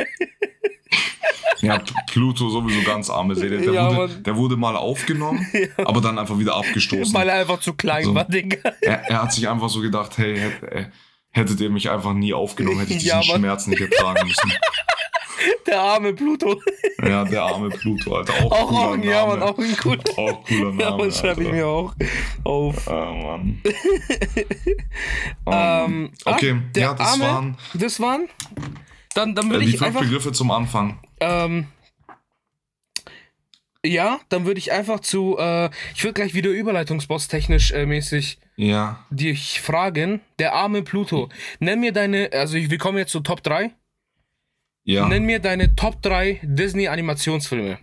Ja, P- Pluto sowieso ganz arme Seele. Der, Ja, wurde, Mann. der wurde mal aufgenommen, aber dann einfach wieder abgestoßen. Weil er einfach zu klein So. war, Digga. Er, er hat sich einfach so gedacht, hey, hätt, äh, hättet ihr mich einfach nie aufgenommen, hätte ich diesen Ja, Mann. Schmerz nicht ertragen müssen. Der arme Pluto. Ja, der arme Pluto, Alter. Auch, Auch, cooler auch, Name. ja, Mann, auch ein cooler. Auch cooler Name. Ja, Mann, schreibe ich Alter. mir auch auf. Ah, Mann. Ähm, okay, ah, der ja, das Arme, waren Das waren. Dann, dann äh, würde die ich fünf einfach. Begriffe zum Anfang. Ähm, ja, dann würde ich einfach zu. Äh, ich würde gleich wieder Überleitungsboss technisch äh, mäßig Ja, dich fragen. Der arme Pluto. Nenn mir deine. Also, wir kommen jetzt zu Top drei. ja. Nenn mir deine Top drei Disney-Animationsfilme.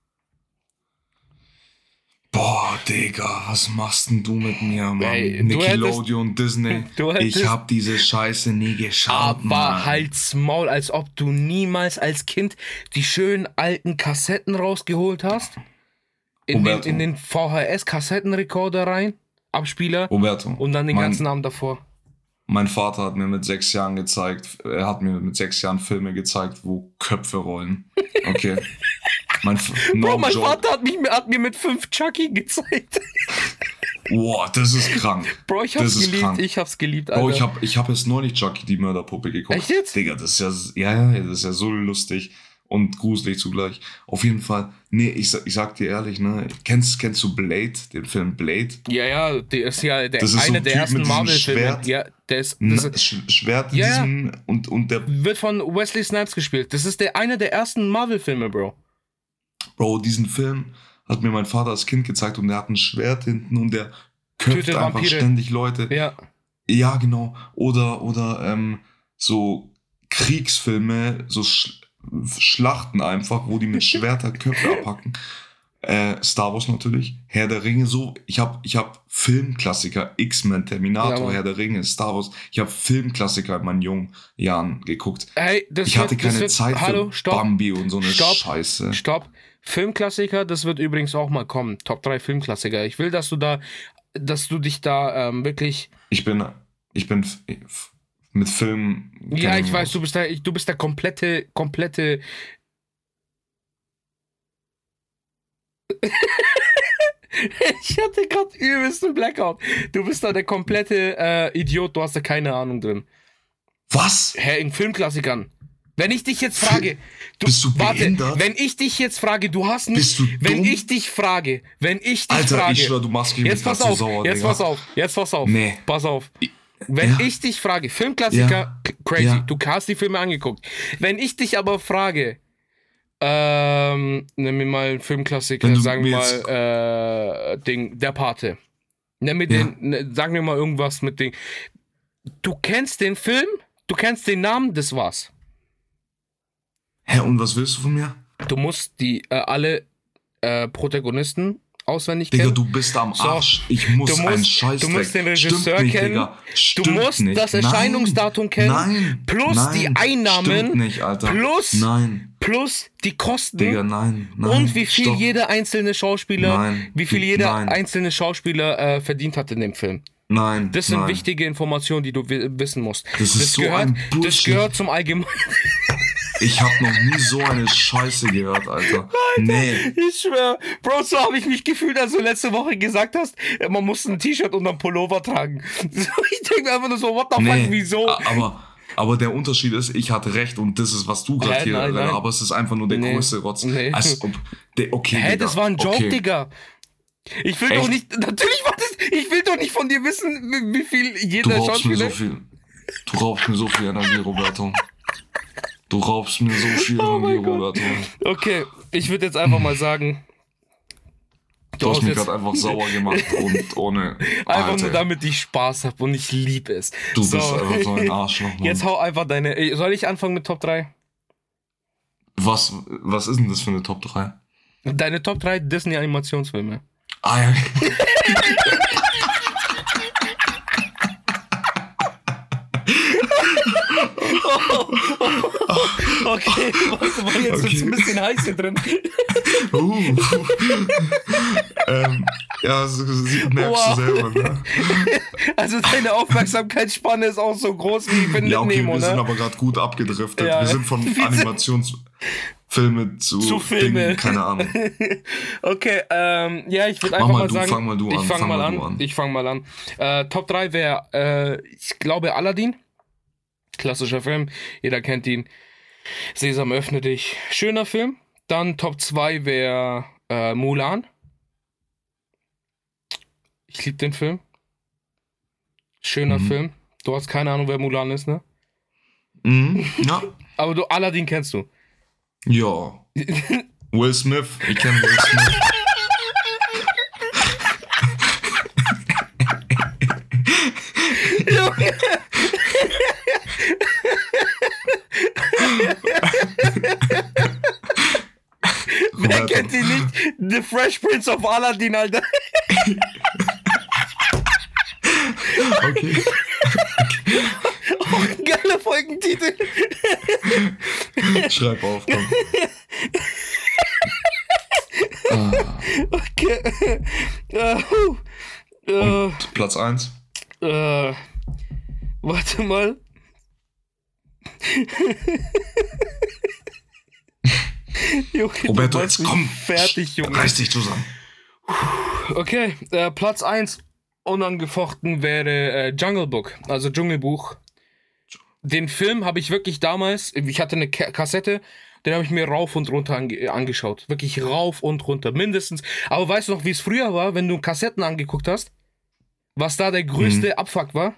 Boah, Digga, was machst denn du mit mir, Mann? Ey, du Nickelodeon, Disney. du hättest- ich hab diese Scheiße nie geschaut, Aber Mann. halt's Maul, als ob du niemals als Kind die schönen alten Kassetten rausgeholt hast. In den, Roberto. in den V H S-Kassettenrekorder rein, Abspieler Roberto, und dann den mein, ganzen Abend davor. mein Vater hat mir mit sechs Jahren gezeigt, er hat mir mit sechs Jahren Filme gezeigt, wo Köpfe rollen. Okay. mein, F- no Bro, mein joke. Vater hat, mich, hat mir mit fünf Chucky gezeigt. Boah, das ist krank. Bro, ich Das hab's ist geliebt, krank. ich hab's geliebt, Alter. Bro, ich hab, ich hab jetzt neulich Chucky die Mörderpuppe geguckt. Echt jetzt? Digga, das ist ja, ja, ja, das ist ja so lustig. und gruselig zugleich. Auf jeden Fall, nee, ich, ich sag dir ehrlich, ne, kennst, kennst du Blade, den Film Blade? Ja, ja, der ist ja der, Das ist so einer ein der Typ ersten mit diesem Marvel-Filme. Schwert. Ja, der ist, Na, das ist, Sch- Schwert in Ja, ja. diesem, und, und der, wird von Wesley Snipes gespielt. Das ist der einer der ersten Marvel-Filme, Bro. Bro, diesen Film hat mir mein Vater als Kind gezeigt und der hat ein Schwert hinten und der köpft Tötet einfach Vampire. ständig Leute. Ja. Ja, genau. Oder, oder ähm, so Kriegsfilme, so Sch Schlachten einfach, wo die mit Schwerter Köpfe abhacken. Äh, Star Wars natürlich. Herr der Ringe, so. Ich habe ich hab Filmklassiker, X-Men, Terminator, Ja, Mann. Herr der Ringe, Star Wars. Ich habe Filmklassiker in meinen jungen Jahren geguckt. Hey, das Ich wird, hatte das keine wird, Zeit hallo, für stopp, Bambi und so eine Stopp. Scheiße. Stopp. Filmklassiker, das wird übrigens auch mal kommen. Top drei Filmklassiker. Ich will, dass du da, dass du dich da ähm, wirklich. Ich bin, ich bin f- f- mit Film. Ja, kenn ich weiß, du bist da, du bist der komplette, komplette. Ich hatte gerade übelsten Blackout. Du bist da der komplette äh, Idiot, du hast da keine Ahnung drin. Was? Hä, in Filmklassikern. Wenn ich dich jetzt Fi- frage, du, Bist du warte, behindert? wenn ich dich jetzt frage, du hast nicht, Bist du wenn dumm? ich dich frage, wenn ich dich Alter, frage, ich schwör, du machst mich jetzt grad pass so auf, sauer, jetzt Digga. pass auf, jetzt pass auf, Nee. pass auf. Wenn Ja. ich dich frage, Filmklassiker, Ja. k- crazy, Ja. du hast die Filme angeguckt. Wenn ich dich aber frage, ähm, nimm mir mal einen Filmklassiker, Wenn du sagen wir mir jetzt- mal, äh, Ding, Der Pate. Nimm mir Ja. den, ne, sagen wir mal irgendwas mit Ding. Du kennst den Film, du kennst den Namen, das war's. Hä, und was willst du von mir? Du musst die äh, alle äh, Protagonisten auswendig Digga, kennen. du bist am So, Arsch. Ich muss du einen musst- Scheißdreck. du musst den Regisseur Stimmt nicht, kennen. Digga. Du Stimmt musst nicht. das Nein. Erscheinungsdatum kennen. Nein. Plus nein. die Einnahmen. Stimmt nicht, Alter. Plus- Nein. Plus die Kosten. Digga, nein. nein. und wie viel Stopp. jeder einzelne Schauspieler, Nein. wie viel jeder Nein. einzelne Schauspieler äh, verdient hat in dem Film. Nein. Das sind nein. wichtige Informationen, die du wi- wissen musst. Das ist so gehört, ein das Bullshit. gehört zum Allgemeinen. Ich hab noch nie so eine Scheiße gehört, Alter. Nee. Ich schwör, Bro, so habe ich mich gefühlt, als du letzte Woche gesagt hast, man muss ein T-Shirt und einen Pullover tragen. Ich denke mir einfach nur so, what the Nee. fuck, wieso? A- Aber, aber der Unterschied ist, ich hatte recht und das ist, was du gerade Hä, hier, nein, nein. aber es ist einfach nur der Nee. größte Rotz. Nee. Als ob, der, okay, Hä, Digga. das war ein Joke, okay. Digga. Ich will Echt? doch nicht, natürlich war das, ich will doch nicht von dir wissen, wie, wie viel Du jeder raubst mir Schauspieler... so viel. Du raubst mir so viel Energie, Roberto. Du raubst mir so viel Oh Energie, mein Gott. Roberto. Okay, ich würde jetzt einfach mal sagen... Du hast mich jetzt- gerade einfach sauer gemacht und ohne. Einfach Alter, nur damit ich Spaß habe und ich liebe es. Du So. bist einfach so ein Arschloch, Mann. Jetzt hau einfach deine... Ey, soll ich anfangen mit Top drei? Was, was ist denn das für eine Top drei? Deine Top drei Disney-Animationsfilme. Ah ja. Okay, warte mal, jetzt Okay. wird's ein bisschen heiß hier drin. Uh. ähm, ja, so, so, merkst Wow. du selber, ne? Also deine Aufmerksamkeitsspanne ist auch so groß wie Findet Ja, okay, Nemo, wir sind ne? aber gerade gut abgedriftet. Ja. Wir sind von Wir sind- Animationsfilme zu, Zu Filme. Dingen, keine Ahnung. Okay, ähm, ja, ich würde Mach einfach mal mal du, sagen... fang mal du ich an, fang fang mal mal an. du an. Ich fang mal an. Äh, Top drei wäre, äh, ich glaube, Aladdin. Klassischer Film, jeder kennt ihn. Sesam, öffne dich. Schöner Film. Dann Top zwei wäre äh, Mulan. Ich liebe den Film. Schöner Mhm. Film. Du hast keine Ahnung, wer Mulan ist, ne? Mhm. Ja. Aber du, Aladdin kennst du. Ja. Will Smith. Ich kenne Will Smith. Wer Roberto. kennt ihn nicht? The Fresh Prince of Aladdin, Alter. Okay. Auch ein geiler Folgentitel. Schreib auf, komm. Ah. Okay. Äh, huh. äh, Und Platz eins. äh, warte mal. Junge, du Roberto, machst jetzt mich komm. fertig, Junge. Reiß dich zusammen. Okay, äh, Platz eins unangefochten wäre äh, Jungle Book, also Dschungelbuch. Den Film habe ich wirklich damals, ich hatte eine Ka- Kassette Den habe ich mir rauf und runter ange- angeschaut. Wirklich rauf und runter, mindestens. Aber weißt du noch, wie es früher war, wenn du Kassetten angeguckt hast? Was da der größte Mhm. Abfuck war?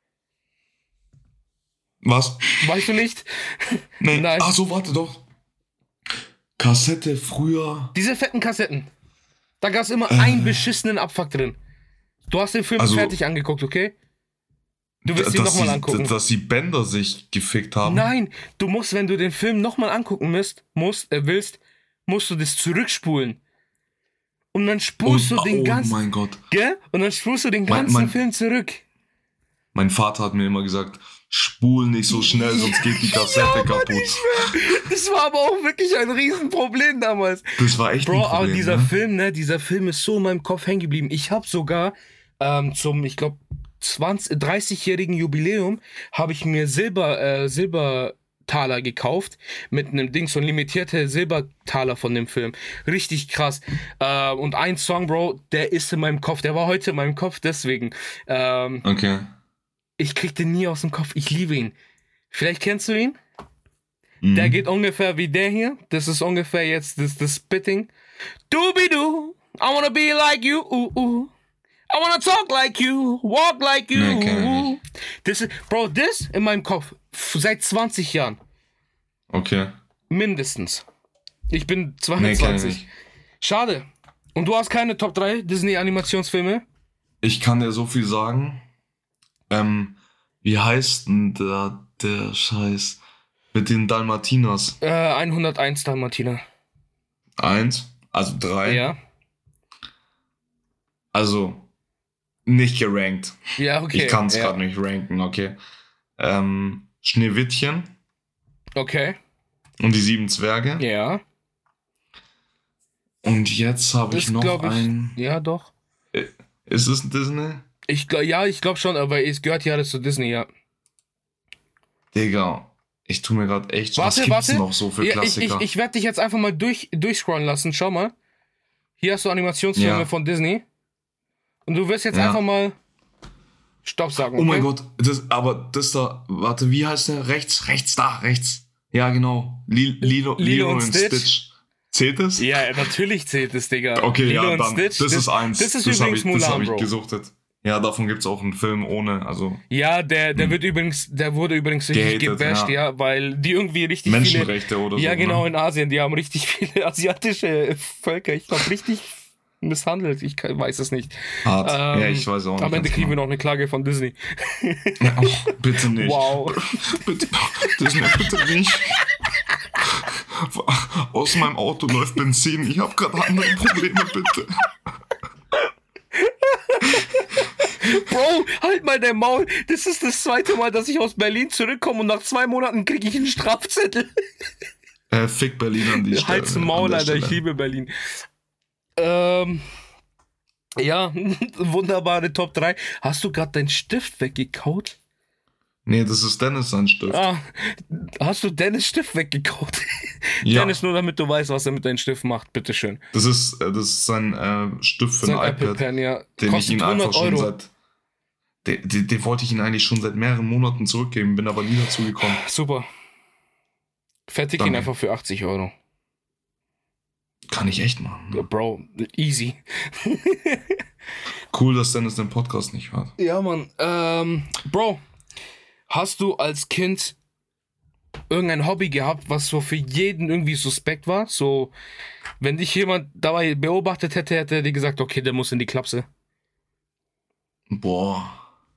Was? Weißt du nicht? Nee. Nein. Ach so, warte doch. Kassette früher. Diese fetten Kassetten. Da gab es immer Äh. einen beschissenen Abfuck drin. Du hast den Film Also- fertig angeguckt, okay? Du wirst ihn dass, nochmal sie, angucken. dass die Bänder sich gefickt haben. Nein, du musst, wenn du den Film nochmal angucken musst, musst, äh, willst, musst du das zurückspulen. Und dann Oh, spulst du den oh ganzen, mein Gott. gell? Und dann spulst du den Mein- ganzen mein- Film zurück. Mein Vater hat mir immer gesagt, spul nicht so schnell, sonst geht die Kassette kaputt. Das war aber auch wirklich ein Riesenproblem damals. Das war echt Bro, ein aber Problem, dieser ne? Film, ne, dieser Film ist so in meinem Kopf hängen geblieben. Ich habe sogar ähm, zum, ich glaube, dreißigjährigen Jubiläum habe ich mir Silber, äh, Silbertaler gekauft mit einem Ding, so ein limitierte Silbertaler von dem Film. Richtig krass. Äh, und ein Song, Bro, der ist in meinem Kopf. Der war heute in meinem Kopf, deswegen. Ähm, Okay. ich krieg den nie aus dem Kopf. Ich liebe ihn. Vielleicht kennst du ihn? Mhm. Der geht ungefähr wie der hier. Das ist ungefähr jetzt das, das Spitting. Doobie-doo, I wanna be like you. Uh, uh. I wanna talk like you, walk like you. Nee, kenn ich nicht. Das ist, Bro, das in meinem Kopf. F- Seit zwanzig Jahren. Okay. Mindestens. Ich bin Nee, kenn ich zweiundzwanzig. nicht. Schade. Und du hast keine Top drei Disney-Animationsfilme? Ich kann dir so viel sagen. Ähm, wie heißt denn der, der Scheiß mit den Dalmatinas? Äh, hunderteins Dalmatiner. Eins, also drei. Ja. Also nicht gerankt. Ja, okay. Ich kann es ja. gerade nicht ranken, okay. Ähm, Schneewittchen Okay. und die sieben Zwerge. Ja. Und jetzt habe ich Ist, noch glaub ich, ein. Ja, doch. Ist es ein Disney? Ich glaub, ja, ich glaube schon, aber es gehört ja alles zu Disney, ja. Digga, ich tue mir gerade echt. Warte, was gibt's warte. noch so für Ja, ich Klassiker? ich, ich werde dich jetzt einfach mal durch, durchscrollen lassen. Schau mal. Hier hast du Animationsfilme Ja. von Disney. Und du wirst jetzt Ja. einfach mal Stopp sagen. Oh mein okay? Gott, das, aber das da, warte, wie heißt der? Rechts, rechts, da, rechts. Ja, genau. Li- Lilo, Lilo und Stitch. Zählt es? Ja, natürlich zählt es, Digga. Okay, Lilo ja, und dann. Stitch, das, ist eins. Das ist das hab übrigens ich, das hab Mulan, ich Bro. gesuchtet. Ja, davon gibt es auch einen Film ohne, also Ja, der, der wird übrigens, der wurde übrigens richtig Gehatet, gebasht, ja. ja. weil die irgendwie richtig viele. Menschenrechte oder so. Ja, genau, Ne? in Asien, die haben richtig viele asiatische Völker, ich glaube, richtig misshandelt. Ich kann- weiß es nicht. Hart. Ähm, ja, ich weiß auch nicht. Am Ende ganz kriegen wir genau. noch eine Klage von Disney. Ja, oh, bitte nicht. Wow. Bitte, Disney, bitte nicht. Aus meinem Auto läuft Benzin. Ich habe gerade andere Probleme, bitte. Bro, halt mal dein Maul. Das ist das zweite Mal, dass ich aus Berlin zurückkomme und nach zwei Monaten kriege ich einen Strafzettel. Äh, fick Berlin an die Stelle. Halt's Maul, an der Alter, ich Stelle. liebe Berlin. Ähm, ja, wunderbare Top drei. Hast du gerade deinen Stift weggekaut? Nee, das ist Dennis sein Stift. Ah, hast du Dennis Stift weggekaut? Ja. Dennis, nur damit du weißt, was er mit deinem Stift macht, bitteschön. Das ist, äh, das ist sein äh, Stift für Sein ein Apple iPad, Pen, ja. den ich Kostet ihn einfach hundert schon Euro. seit. Den, den, den wollte ich ihn eigentlich schon seit mehreren Monaten zurückgeben, bin aber nie dazu gekommen. Super. Fertig ihn Danke. einfach für achtzig Euro. Kann ich echt machen. Ja, Ne? Bro, easy. Cool, dass Dennis den Podcast nicht hört. Ja, Mann. Ähm, Bro, hast du als Kind irgendein Hobby gehabt, was so für jeden irgendwie suspekt war? So, wenn dich jemand dabei beobachtet hätte, hätte er dir gesagt, okay, der muss in die Klapse. Boah.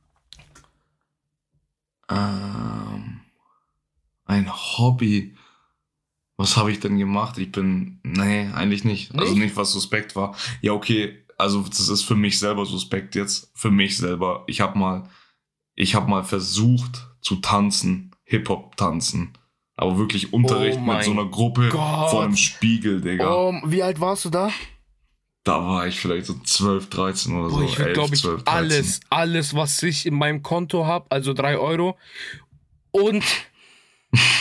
Ähm, ein Hobby. Was habe ich denn gemacht? Ich bin. Nee, eigentlich nicht. Also Nicht? nicht, was suspekt war. Ja, okay. Also, das ist für mich selber suspekt jetzt. Für mich selber. Ich habe mal. Ich habe mal versucht zu tanzen. Hip-Hop tanzen. Aber wirklich Unterricht Oh mit mein so einer Gruppe Gott. vor einem Spiegel, Digga. Oh, wie alt warst du da? Da war ich vielleicht so zwölf, dreizehn oder Boah, so. ich würde, elf, glaube ich, zwölf, dreizehn. alles, alles, was ich in meinem Konto habe, also drei Euro, und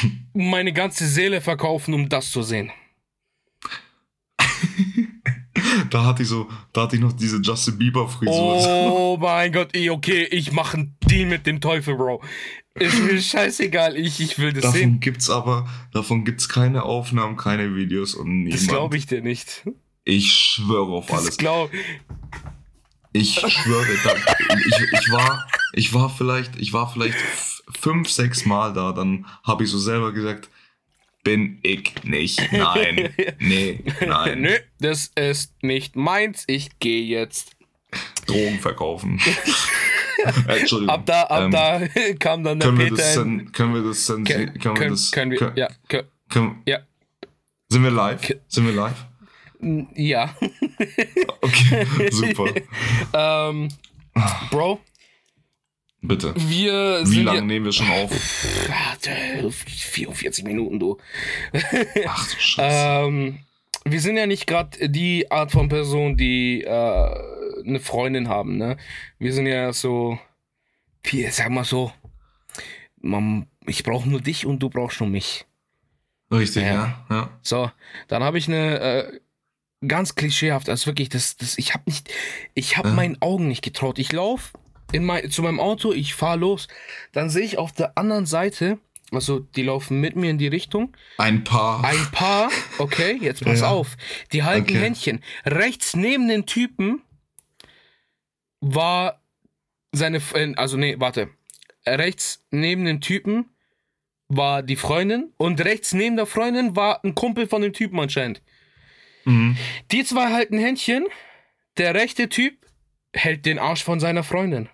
meine ganze Seele verkaufen, um das zu sehen. Da hatte ich so, da hatte ich noch diese Justin Bieber Frisur. Oh mein Gott, ey, okay, ich mache einen Deal mit dem Teufel, Bro. Ist mir scheißegal, ich, ich will das davon sehen. gibt's aber, davon gibt's keine Aufnahmen, keine Videos und niemand. Das glaube ich dir nicht. Ich schwöre auf Das alles. glaub Ich schwöre, da, ich, ich war, ich war vielleicht, ich war vielleicht f- fünf, sechs Mal da, dann habe ich so selber gesagt, bin ich nicht. Nein, nee, nein. Nö, das ist nicht meins, ich gehe jetzt. Drogen verkaufen. äh, Entschuldigung. Ab da, ab Ähm, da kam dann der können wir Peter. das, in- sen- können wir das, sen- Können, können wir können, das, können wir, können, ja, können, können, ja, sind wir live? K- Sind wir live? ja. Okay, super. ähm, Bro, Bitte. wir Wie sind lange ja, nehmen wir schon auf? Warte, vierundvierzig Minuten, du. Ach du Scheiße. Ähm, wir sind ja nicht gerade die Art von Person, die äh, eine Freundin haben, ne? Wir sind ja so, wie, sag mal so, man, ich brauche nur dich und du brauchst nur mich. Richtig, ja. ja. ja. So, dann habe ich eine äh, ganz klischeehaft, also wirklich, das, das, ich habe nicht, ich habe Ja. meinen Augen nicht getraut. Ich laufe in mein, zu meinem Auto, ich fahre los, dann sehe ich auf der anderen Seite, also die laufen mit mir in die Richtung, Ein Paar. ein Paar, okay, jetzt pass Ja. auf, die halten Okay. Händchen. Rechts neben den Typen war seine, äh, also nee, warte, rechts neben den Typen war die Freundin und rechts neben der Freundin war ein Kumpel von dem Typen anscheinend. Mhm. Die zwei halten Händchen, der rechte Typ hält den Arsch von seiner Freundin.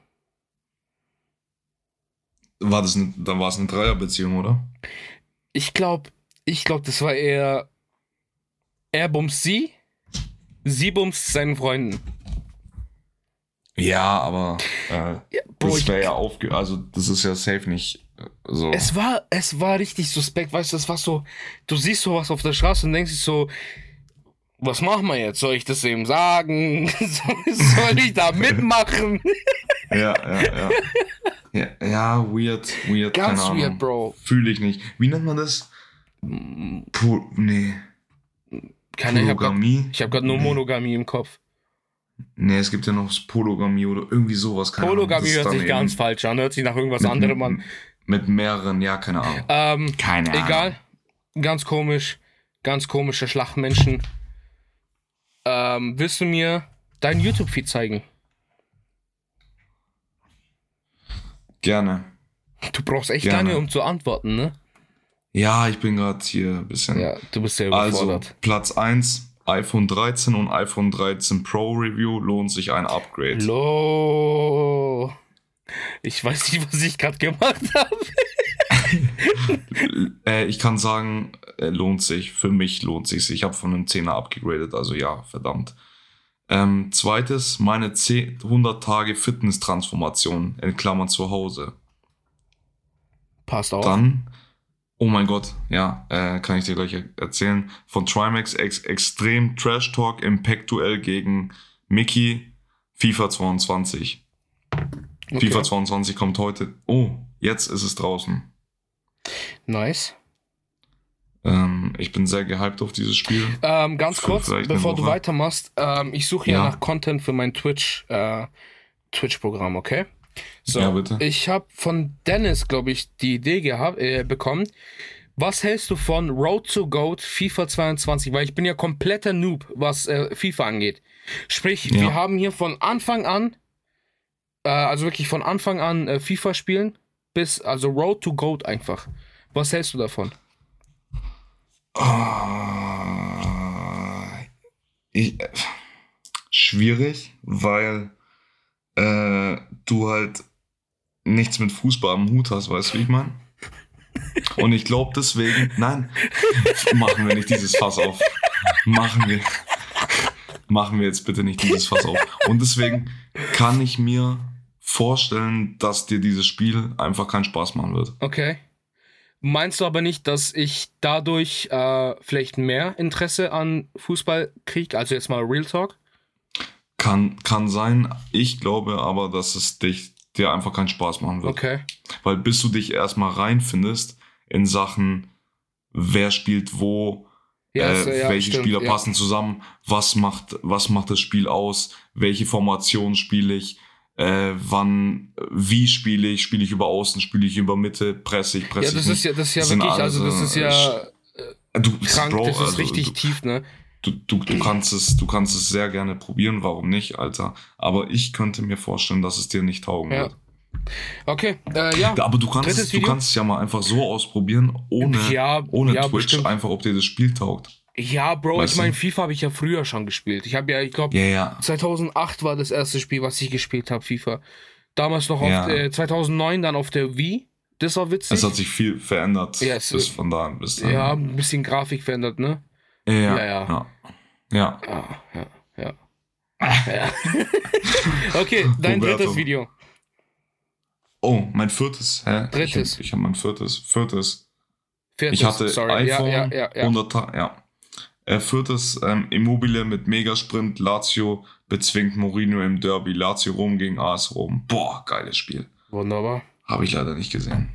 War das eine, dann war es eine Dreierbeziehung, oder? Ich glaube, ich glaube, das war eher, er bumst sie, sie bumst seinen Freunden. Ja, aber äh, Bro, das ich- wäre ja aufge... Also das ist ja safe nicht äh, so... Es war, es war richtig suspekt, weißt du, das war so, du siehst sowas auf der Straße und denkst dich so, was machen wir jetzt? Soll ich das ihm sagen? Soll ich da mitmachen? Ja, ja, ja. Ja, ja, weird, weird, Ganz keine weird, Ahnung. Bro. Fühle ich nicht. Wie nennt man das? Po nee. Keine, ich habe gerade Polygamie? ich hab grad nur Nee. Monogamie im Kopf. Nee, es gibt ja noch Polygamie oder irgendwie sowas. Keine Polygamie Ahnung. Das ist hört dann sich eben ganz falsch an, hört sich nach irgendwas mit- anderem an. Mit mehreren, ja, keine Ahnung. Ähm, Keine Ahnung. egal. Ganz komisch. Ganz komische Schlachtmenschen. Ähm, willst du mir dein YouTube-Feed zeigen? Gerne. Du brauchst echt Gerne. lange, um zu antworten, ne? Ja, ich bin gerade hier ein bisschen... Ja, du bist sehr Also, überfordert. Platz eins, iPhone dreizehn und iPhone dreizehn Pro Review, lohnt sich ein Upgrade. Hallo. Ich weiß nicht, was ich gerade gemacht habe. äh, ich kann sagen, äh, lohnt sich. Für mich lohnt sich. Ich habe von einem zehner abgegradet, also ja, verdammt. Ähm, zweites, meine zehn, hundert Tage Fitness-Transformation, in Klammern zu Hause. Passt auch. Dann, oh mein Gott, ja, äh, kann ich dir gleich er- erzählen. Von Trimax ex Extrem Trash Talk Impact-Duell gegen Mickey, FIFA zweiundzwanzig. Okay. FIFA zweiundzwanzig kommt heute. Oh, jetzt ist es draußen. Nice. Ähm, ich bin sehr gehypt auf dieses Spiel. Ähm, ganz Für kurz, vielleicht eine bevor du Woche. weitermachst, ähm, ich suche ja Ja. nach Content für mein Twitch, äh, Twitch-Programm, okay? So, Ja, bitte. ich habe von Dennis, glaube ich, die Idee gehabt, äh, bekommen. Was hältst du von Road to Goat FIFA zweiundzwanzig? Weil ich bin ja kompletter Noob, was äh, FIFA angeht. Sprich, Ja. wir haben hier von Anfang an, äh, also wirklich von Anfang an äh, FIFA spielen, bis, also Road to Goat einfach. Was hältst du davon? Ah, ich, äh, schwierig, weil äh, du halt nichts mit Fußball am Hut hast, weißt du, wie ich meine? Und ich glaube deswegen, nein, machen wir nicht dieses Fass auf. Machen wir, machen wir jetzt bitte nicht dieses Fass auf. Und deswegen kann ich mir vorstellen, dass dir dieses Spiel einfach keinen Spaß machen wird. Okay. Meinst du aber nicht, dass ich dadurch äh, vielleicht mehr Interesse an Fußball kriege? Also jetzt mal Real Talk. Kann, kann sein. Ich glaube aber, dass es dich, dir einfach keinen Spaß machen wird. Okay. Weil bis du dich erstmal reinfindest in Sachen, wer spielt wo, Ja, äh, so, ja, welche stimmt, Spieler ja. passen zusammen, was macht, was macht das Spiel aus, welche Formation spiele ich, äh, wann, wie spiele ich, spiele ich über Außen, spiele ich über Mitte, presse ich, presse Ja, ich das nicht. ist ja, das ist ja Das sind wirklich, alles, also das ist ja äh, du, krank, Bro, das ist also, richtig du, tief, ne? Du, du, du, kannst es, du kannst es sehr gerne probieren, warum nicht, Alter. Aber ich könnte mir vorstellen, dass es dir nicht taugen Ja. wird. Okay, äh, ja. Aber du kannst, Drittes es, du Video? kannst es ja mal einfach so ausprobieren, ohne, Ja, ohne ja, Twitch, bestimmt. einfach ob dir das Spiel taugt. Ja, Bro, Weißt ich meine, du? FIFA habe ich ja früher schon gespielt. Ich habe ja, ich glaube, Ja, ja. zweitausendacht war das erste Spiel, was ich gespielt habe, FIFA. Damals noch Ja. auf, äh, zweitausendneun dann auf der Wii. Das war witzig. Es hat sich viel verändert Ja, es- bis von da bis dann. Ja, ein bisschen Grafik verändert, ne? ja, ja. ja, ja. ja. ja. Ah, ja, ja. ja. Okay, dein Roberto. drittes Video. Oh, mein viertes. Hä? Drittes. Ich, ich habe mein viertes. Viertes. Viertes, Ich hatte sorry. iPhone, ja, ja, ja, ja. hundert Ta- ja. Äh, viertes, ähm, Immobile mit Megasprint, Lazio bezwingt Mourinho im Derby, Lazio Rom gegen A S Rom. Boah, geiles Spiel. Wunderbar. Habe ich leider nicht gesehen.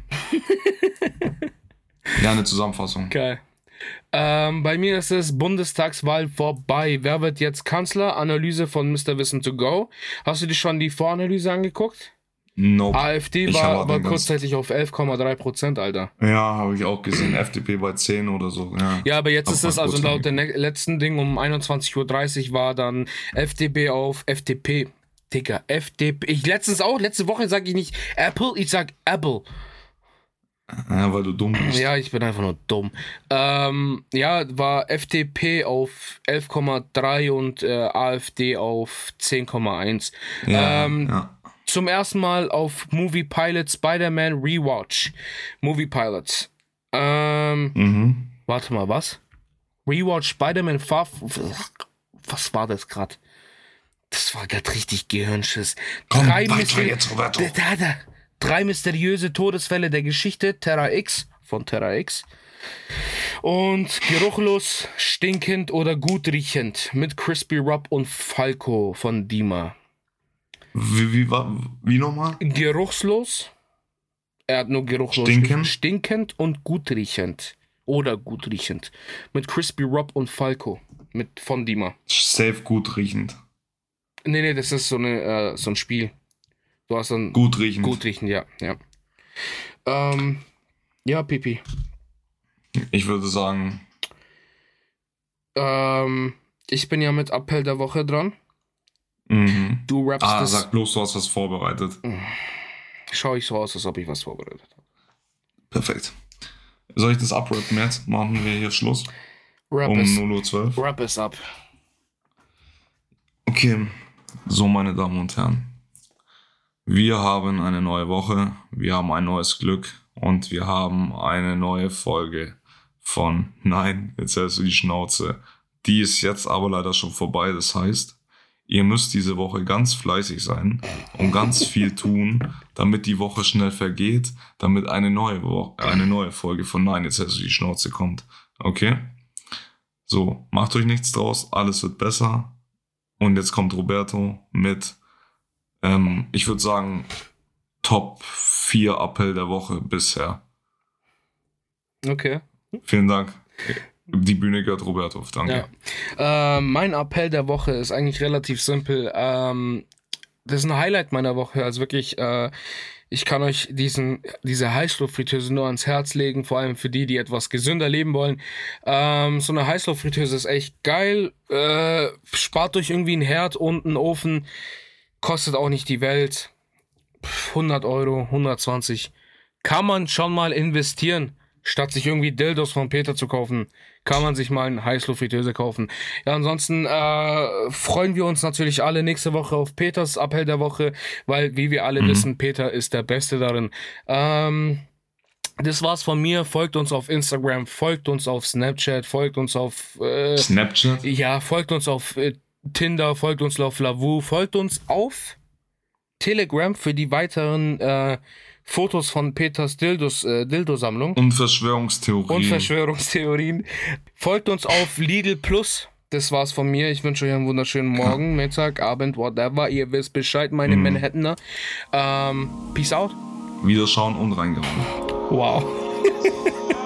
Ja, eine Zusammenfassung. Geil. Ähm, bei mir ist es Bundestagswahl vorbei. Wer wird jetzt Kanzler? Analyse von Mister Wissen to Go. Hast du dir schon die Voranalyse angeguckt? Nope. AfD Ich war, erwarte war den ganz- kurzzeitig auf elf Komma drei Prozent, Alter. Ja, habe ich auch gesehen. F D P bei zehn oder so. Ja, Ja, aber jetzt Hab ist mal es, also kurz laut dem ne- letzten Ding um einundzwanzig Uhr dreißig war dann F D P auf F D P. Digga, F D P. Ich letztens auch, letzte Woche sage ich nicht Apple, ich sag Apple. Ja, weil du dumm bist. Ja, ich bin einfach nur dumm. Ähm, ja, war F D P auf elf Komma drei und äh, AfD auf zehn Komma eins. Ja, ähm, ja. Zum ersten Mal auf Movie Pilot Spider-Man Rewatch. Movie Pilot. Ähm, Mhm. warte mal, was? Rewatch Spider-Man Far... Was war das gerade? Das war gerade richtig Gehirnschiss. Komm, Drei, weiter Mysteri jetzt, Roberto. Da, da, da. Drei mysteriöse Todesfälle der Geschichte. Terra X von Terra X. Und geruchlos, stinkend oder gut riechend mit Crispy Rob und Falco von Dima. Wie, wie, war- wie nochmal? Geruchslos. Er hat nur geruchlos. Stinkend? Stinkend und gut riechend. Oder gut riechend. Mit Crispy Rob und Falco. Mit von Dima. Safe gut riechend. Nee, nee, das ist so, eine, äh, so ein Spiel. Du hast dann Gut riechend. gut riechend, ja. Ja, ähm, ja Pipi. Ich würde sagen, Ähm, ich bin ja mit Appell der Woche dran. mhm. Du rappst Ah, das. sag bloß, du hast was vorbereitet. Schau ich so aus, als ob ich was vorbereitet habe. Perfekt. Soll ich das abrappen jetzt? Machen wir hier Schluss. Rap, Um es, null Uhr zwölf. Rap es ab. Okay, so meine Damen und Herren. Wir haben eine neue Woche, wir haben ein neues Glück und wir haben eine neue Folge von Nein, jetzt hältst du die Schnauze. Die ist jetzt aber leider schon vorbei, das heißt, ihr müsst diese Woche ganz fleißig sein und ganz viel tun, damit die Woche schnell vergeht, damit eine neue Woche, eine neue Folge von Nein, jetzt hältst du die Schnauze kommt. Okay? So, macht euch nichts draus, alles wird besser. Und jetzt kommt Roberto mit, ähm, ich würde sagen, Top vier Appell der Woche bisher. Okay. Vielen Dank. Die Bühne gehört Roberto. Danke. Ja. Ähm, mein Appell der Woche ist eigentlich relativ simpel. Ähm, das ist ein Highlight meiner Woche. Also wirklich, äh, ich kann euch diesen, diese Heißluftfritteuse nur ans Herz legen, vor allem für die, die etwas gesünder leben wollen. Ähm, so eine Heißluftfritteuse ist echt geil. Äh, spart euch irgendwie einen Herd und einen Ofen. Kostet auch nicht die Welt. hundert Euro, hundertzwanzig. Kann man schon mal investieren. Statt sich irgendwie Dildos von Peter zu kaufen, kann man sich mal eine Heißluftfritteuse kaufen. Ja, ansonsten äh, freuen wir uns natürlich alle nächste Woche auf Peters Appell der Woche, weil, wie wir alle Mhm. wissen, Peter ist der Beste darin. Ähm, das war's von mir. Folgt uns auf Instagram, folgt uns auf Snapchat, folgt uns auf... Äh, Snapchat? ja, folgt uns auf äh, Tinder, folgt uns auf Lavu, folgt uns auf Telegram für die weiteren äh, Fotos von Peters Dildos, äh, Dildo-Sammlung Und Verschwörungstheorien. und Verschwörungstheorien. Folgt uns auf Lidl Plus. Das war's von mir. Ich wünsche euch einen wunderschönen Morgen, Mittag, Abend, whatever. Ihr wisst Bescheid, meine Mhm. Manhattaner. Ähm, peace out. Wiederschauen und reingehauen. Wow.